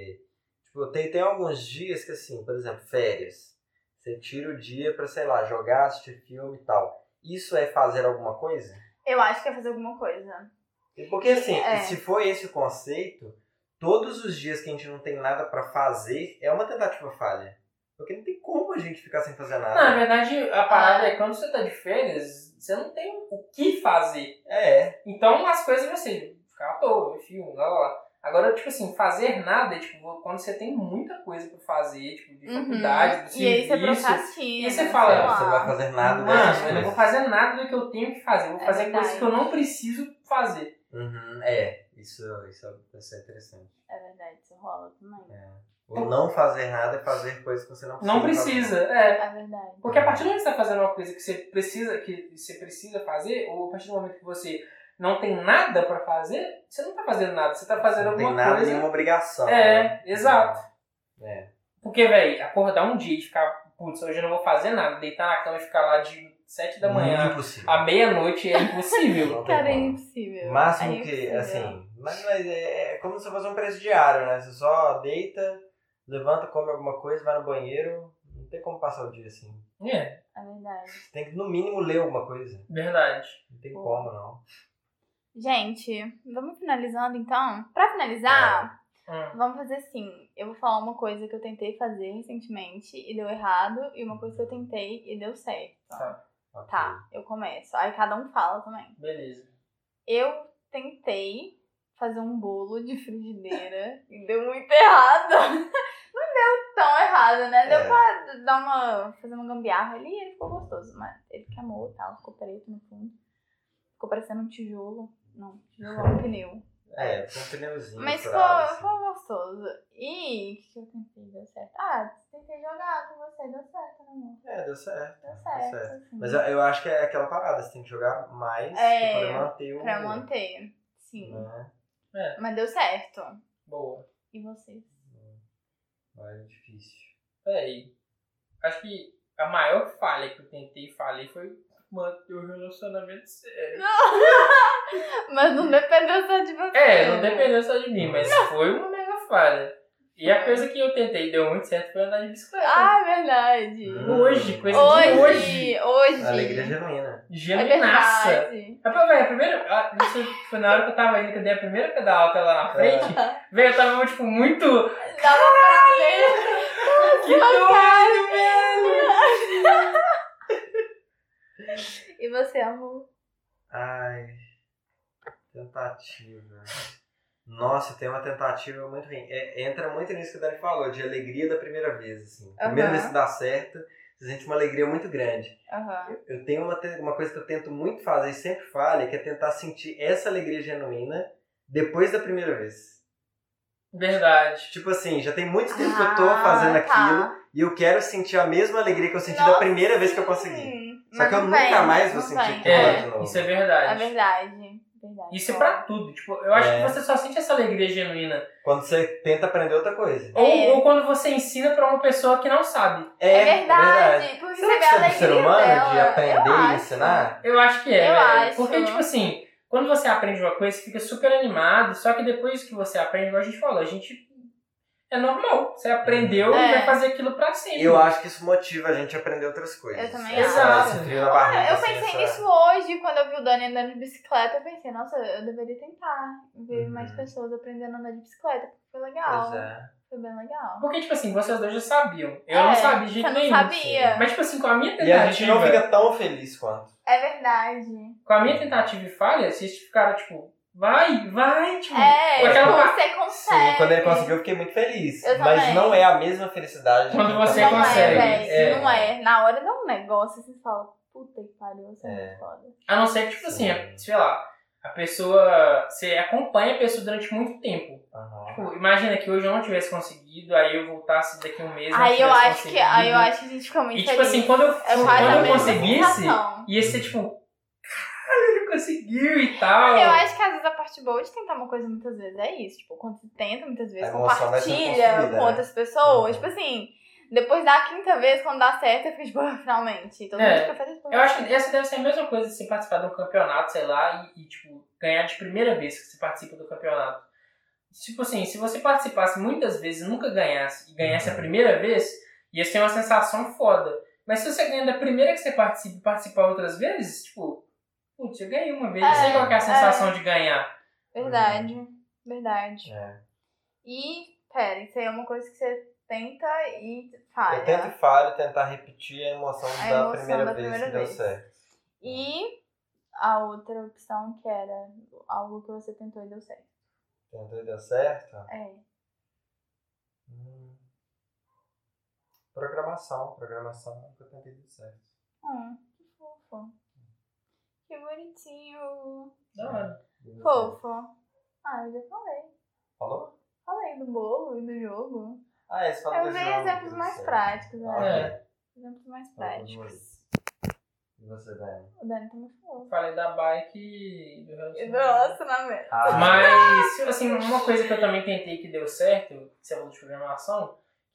Tipo, tem alguns dias que, assim, por exemplo, férias. Você tira o dia pra, sei lá, jogar, assistir filme e tal. Isso é fazer alguma coisa? Eu acho que é fazer alguma coisa. Porque, assim, se for esse o conceito, todos os dias que a gente não tem nada pra fazer é uma tentativa falha. Porque não tem como a gente ficar sem fazer nada. Na verdade, a parada é quando você tá de férias, você não tem o que fazer. Então, as coisas você ficar à toa, filme, lá. Agora, tipo assim, fazer nada é tipo quando você tem muita coisa pra fazer, tipo, de faculdade, do serviço. E aí você procrastina. E você fala, você não vai fazer nada. Mano, eu não vou fazer nada do que eu tenho que fazer. Eu vou fazer coisas que eu não preciso fazer. Isso é interessante. É verdade, isso rola também. O não fazer nada é fazer coisas que você não precisa. Não precisa, É verdade. Porque a partir do momento que você tá fazendo uma coisa que você precisa fazer, ou a partir do momento que você não tem nada pra fazer, você não tá fazendo nada. Você tá fazendo alguma coisa. Não tem nada, nenhuma obrigação. Exato. Porque, velho, acordar um dia e ficar putz, hoje eu não vou fazer nada, deitar na cama e ficar lá de 7 da manhã Impossível. à meia-noite é impossível. Não tem Cara, é como. impossível. Máximo É que, impossível. assim, mas é como se fosse um preço diário, né? Você só deita, levanta, come alguma coisa, vai no banheiro, não tem como passar o dia assim. É, É verdade. Você tem que, no mínimo, ler alguma coisa. verdade. Não tem como, não. Gente, vamos finalizando então? Pra finalizar, vamos fazer assim. Eu vou falar uma coisa que eu tentei fazer recentemente e deu errado, e uma coisa que eu tentei e deu certo. Ok. Tá, eu começo. Aí cada um fala também. Beleza. Eu tentei fazer um bolo de frigideira e deu muito errado. Não deu tão errado, né? Deu pra fazer uma gambiarra ali e ele ficou gostoso. Mas ele queimou e tal, ficou preto no fundo. Ficou parecendo um tijolo. Não, tijolo é um pneu. Com um pneuzinho. Mas furado, assim. ficou gostoso. E o que eu tentei? Deu certo. Ah, tentei jogar com você, deu certo, né, amor? Deu certo. Deu certo. Assim. Mas eu acho que é aquela parada, você tem que jogar mais pra poder manter o... Pra manter, sim. Né? Mas deu certo. Boa. E vocês? É difícil. Peraí. Acho que a maior falha que eu tentei e falei foi manter o relacionamento sério. Mas não dependeu só de você. Não dependeu só de mim, mas foi uma mega falha. E a coisa que eu tentei e deu muito certo foi andar de bicicleta. Ah, é verdade. Hoje, coisa de hoje. Alegria genuína. Genuinaça. É verdade. Rapaz, velho, a primeira. Isso foi na hora que eu tava indo, que eu dei a primeira pedalada lá na frente. Velho, eu tava, tipo, muito. Dava pra ver. Que doido, velho! E você, amor? Ai, tentativa. Nossa, tem uma tentativa muito ruim. Entra muito nisso que o Dani falou, de alegria da primeira vez, assim. Primeira vez que dá certo, você sente uma alegria muito grande. Eu tenho uma coisa que eu tento muito fazer e sempre falho, que é tentar sentir essa alegria genuína depois da primeira vez. Verdade. Tipo assim, já tem muito tempo que eu tô fazendo aquilo e eu quero sentir a mesma alegria que eu senti da primeira vez que eu consegui. Só que eu nunca mais vou sentir aquilo de novo. Isso é verdade. É verdade. Isso é pra tudo. Tipo, eu acho que você só sente essa alegria genuína quando você tenta aprender outra coisa. Ou quando você ensina pra uma pessoa que não sabe. É verdade. Porque será você que vê a isso é do alegria ser humano dela. de aprender e ensinar? Eu acho que é, Eu velho. acho. Porque, tipo assim, quando você aprende uma coisa, você fica super animado. Só que depois que você aprende, igual a gente falou, é normal. Você aprendeu e vai fazer aquilo pra sempre. Eu acho que isso motiva a gente a aprender outras coisas. Eu também acho. Esse frio na barriga, Eu assim, pensei nisso hoje, quando eu vi o Dani andando de bicicleta, eu pensei, nossa, eu deveria tentar ver mais pessoas aprendendo a andar de bicicleta, porque foi legal. Pois é. Foi bem legal. Porque, tipo assim, vocês dois já sabiam. Eu não sabia de jeito nenhum. Você não sabia. Mas, tipo assim, com a minha E a gente não tentativa... fica tão feliz quanto. É verdade. Com a minha tentativa e falha, vocês ficaram, tipo... Vai, tipo... Você consegue. Sim, quando ele conseguiu eu fiquei muito feliz. Eu mas também. não é a mesma felicidade. Quando você Não consegue. velho. Não é. Na hora dá um negócio, você fala, puta que pariu, você é muito foda. A não ser que, tipo assim, sei lá, a pessoa... Você acompanha a pessoa durante muito tempo. Tipo, imagina que hoje eu não tivesse conseguido, aí eu voltasse daqui a um mês Aí eu acho que a gente fica muito feliz. E tipo assim, quando eu conseguisse, sensação. ia ser tipo... Caralho, ele conseguiu e tal. Eu acho que às vezes a parte boa de tentar uma coisa muitas vezes é isso. Tipo, quando você tenta, muitas vezes A emoção vai sendo compartilha construída, com outras pessoas. Tipo assim, depois da quinta vez, quando dá certo, eu fico tipo, finalmente. Todo mundo fica feliz por Eu acho que essa deve ser a mesma coisa de você participar de um campeonato, sei lá, e tipo, ganhar de primeira vez que você participa do campeonato. Tipo assim, se você participasse muitas vezes e nunca ganhasse, e ganhasse a primeira vez, ia ser uma sensação foda. Mas se você ganha da primeira que você participa e participar outras vezes, tipo... Putz, eu ganhei uma vez, não sei qual que é a sensação de ganhar. Verdade. E, pera, isso aí é uma coisa que você tenta e falha. Eu tento e falho, tentar repetir a emoção da primeira vez que deu certo. E a outra opção que era algo que você tentou e deu certo. Tentou e deu certo? Programação que eu tentei e deu certo. Que fofo. Que bonitinho. Da hora. Fofo. Eu já falei. Falou? Falei do bolo e do jogo. Esse falou do Eu jogo. vi exemplos mais práticos, né? Exemplos mais práticos. E você, Dani? O Dani também falou. Falei da bike e do relacionamento. Nossa, na merda. Mas, assim, uma coisa que eu também tentei que deu certo, que você falou de programação,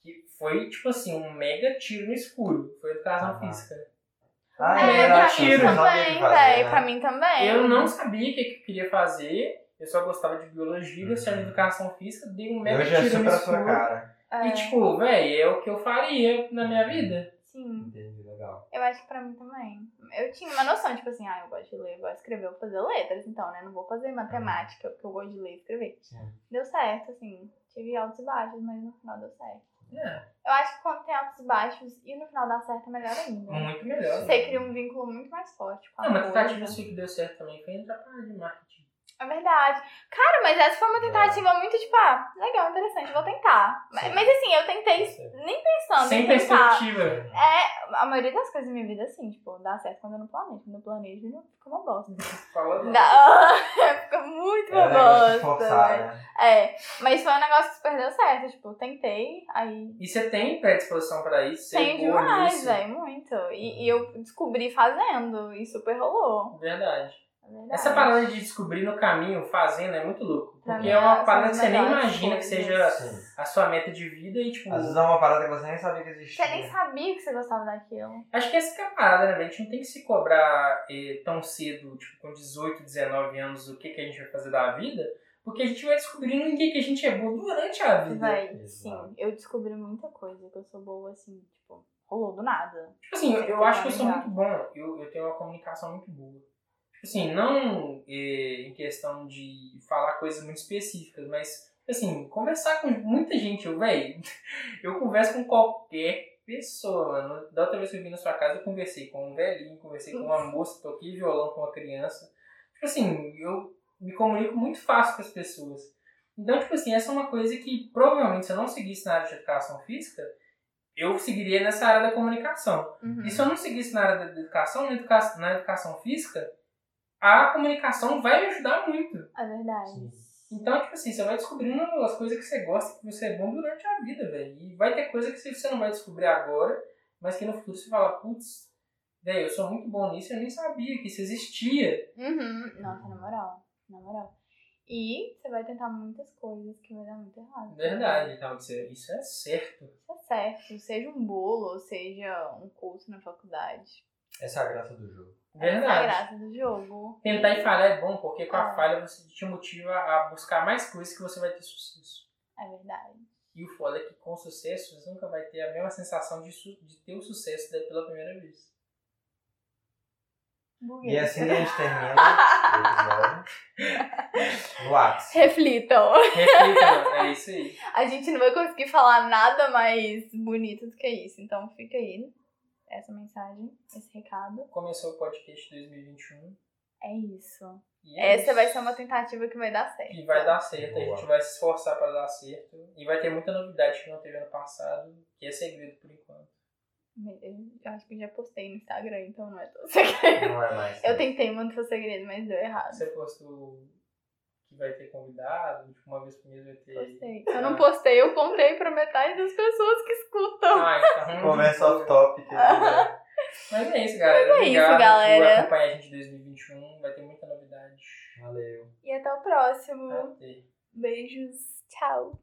que foi, tipo assim, um mega tiro no escuro. Foi educação física. Ah, É, verdade, pra mim você não sabia o que também, fazer, velho. né? Pra mim também. Eu não sabia o que eu queria fazer, eu só gostava de biologia, gostava de educação física, dei um mega Hoje é tiro no super a sua escuro. cara. É, E tipo, velho, é o que eu faria na minha vida. sim. Entendi, legal. Eu acho que pra mim também. Eu tinha uma noção, tipo assim, eu gosto de ler, eu gosto de escrever, eu vou fazer letras, então, né? Não vou fazer matemática, porque eu gosto de ler e escrever. Sim. Deu certo, assim. Tive altos e baixos, mas no final deu certo. É, Eu acho que quando tem altos e baixos e no final dá certo, é melhor ainda. muito melhor. Você cria um vínculo muito mais forte com a Não, uma coisa. tentativa sua que deu certo também foi entrar pra área de marketing. É verdade. Cara, mas essa foi uma tentativa muito, tipo, legal, interessante, vou tentar. Mas assim, eu tentei nem pensando Sem em tentar. perspectiva. A maioria das coisas da minha vida, assim, tipo, dá certo quando eu não planejo. Quando eu planejo, não fica uma bosta. Fala Fica muito É uma um negócio de bosta. forçar, Né? né? Mas foi um negócio que super deu certo. Tipo, tentei, aí. E você tem predisposição pra isso? Você Tenho é boa demais, nisso? velho, muito. E eu descobri fazendo, e super rolou. Verdade. É verdade. Essa parada de descobrir no caminho, fazendo, é muito louco. Pra Porque mim, é uma são parada as que você nem melhores imagina que coisas. seja Sim. a sua meta de vida e, tipo... Às vezes é uma parada que você nem sabia que existia. Você nem sabia que você gostava daquilo. Acho que essa que é a parada, né, velho? A gente não tem que se cobrar tão cedo, tipo, com 18, 19 anos, o que a gente vai fazer da vida, porque a gente vai descobrindo em que a gente é bom durante a vida. Véi, Exato. sim, eu descobri muita coisa que eu sou boa, assim, tipo, rolou do nada. Tipo assim, Sem eu acho que eu sou planejar. muito bom. Eu tenho uma comunicação muito boa. Tipo assim, não em questão de falar coisas muito específicas, mas, assim, conversar com muita gente. Eu converso com qualquer pessoa, mano. Da outra vez que eu vim na sua casa, eu conversei com um velhinho, conversei com uma moça, toquei violão com uma criança. Tipo assim, eu me comunico muito fácil com as pessoas. Então, tipo assim, essa é uma coisa que provavelmente se eu não seguisse na área de educação física, eu seguiria nessa área da comunicação. Uhum. E se eu não seguisse na área da educação, na educação física, a comunicação vai me ajudar muito. É verdade. Sim. Então, tipo assim, você vai descobrindo as coisas que você gosta, que você é bom durante a vida, velho. E vai ter coisa que você não vai descobrir agora, mas que no futuro você fala, putz, velho, eu sou muito bom nisso, eu nem sabia que isso existia. Uhum. Nossa, na moral. Na moral. E você vai tentar muitas coisas que vai dar muito errado. Verdade, então isso é certo. Isso é certo. Seja um bolo, ou seja um curso na faculdade. Essa é a graça do jogo. Essa é a Verdade. graça do jogo. Tentar e falhar é bom, porque com a É. falha você te motiva a buscar mais coisas que você vai ter sucesso. É verdade. E o foda é que com sucesso você nunca vai ter a mesma sensação de ter o sucesso pela primeira vez. Buguei. E assim a gente termina o episódio. No Whats. Reflitam. Reflita, é isso aí. A gente não vai conseguir falar nada mais bonito do que isso. Então fica aí essa mensagem, esse recado. Começou o podcast 2021. É isso. E é Essa isso. vai ser uma tentativa que vai dar certo. E vai dar certo, a Boa. gente vai se esforçar para dar certo. E vai ter muita novidade que não teve ano passado, que é segredo por enquanto. Eu acho que eu já postei no Instagram, então não é tão segredo. Não é mais. Eu tentei manter o segredo, mas deu errado. Você postou que vai ter convidado, tipo, uma vez por mês vai ter... Postei. Eu não postei, eu contei pra metade das pessoas que escutam. Ai, tá ruim. Conversa off-topic. Né? Mas é isso, galera. Mas é isso, Obrigado galera. por acompanhar a gente em 2021. Vai ter muita novidade. Valeu. E até o próximo. Até. Beijos. Tchau.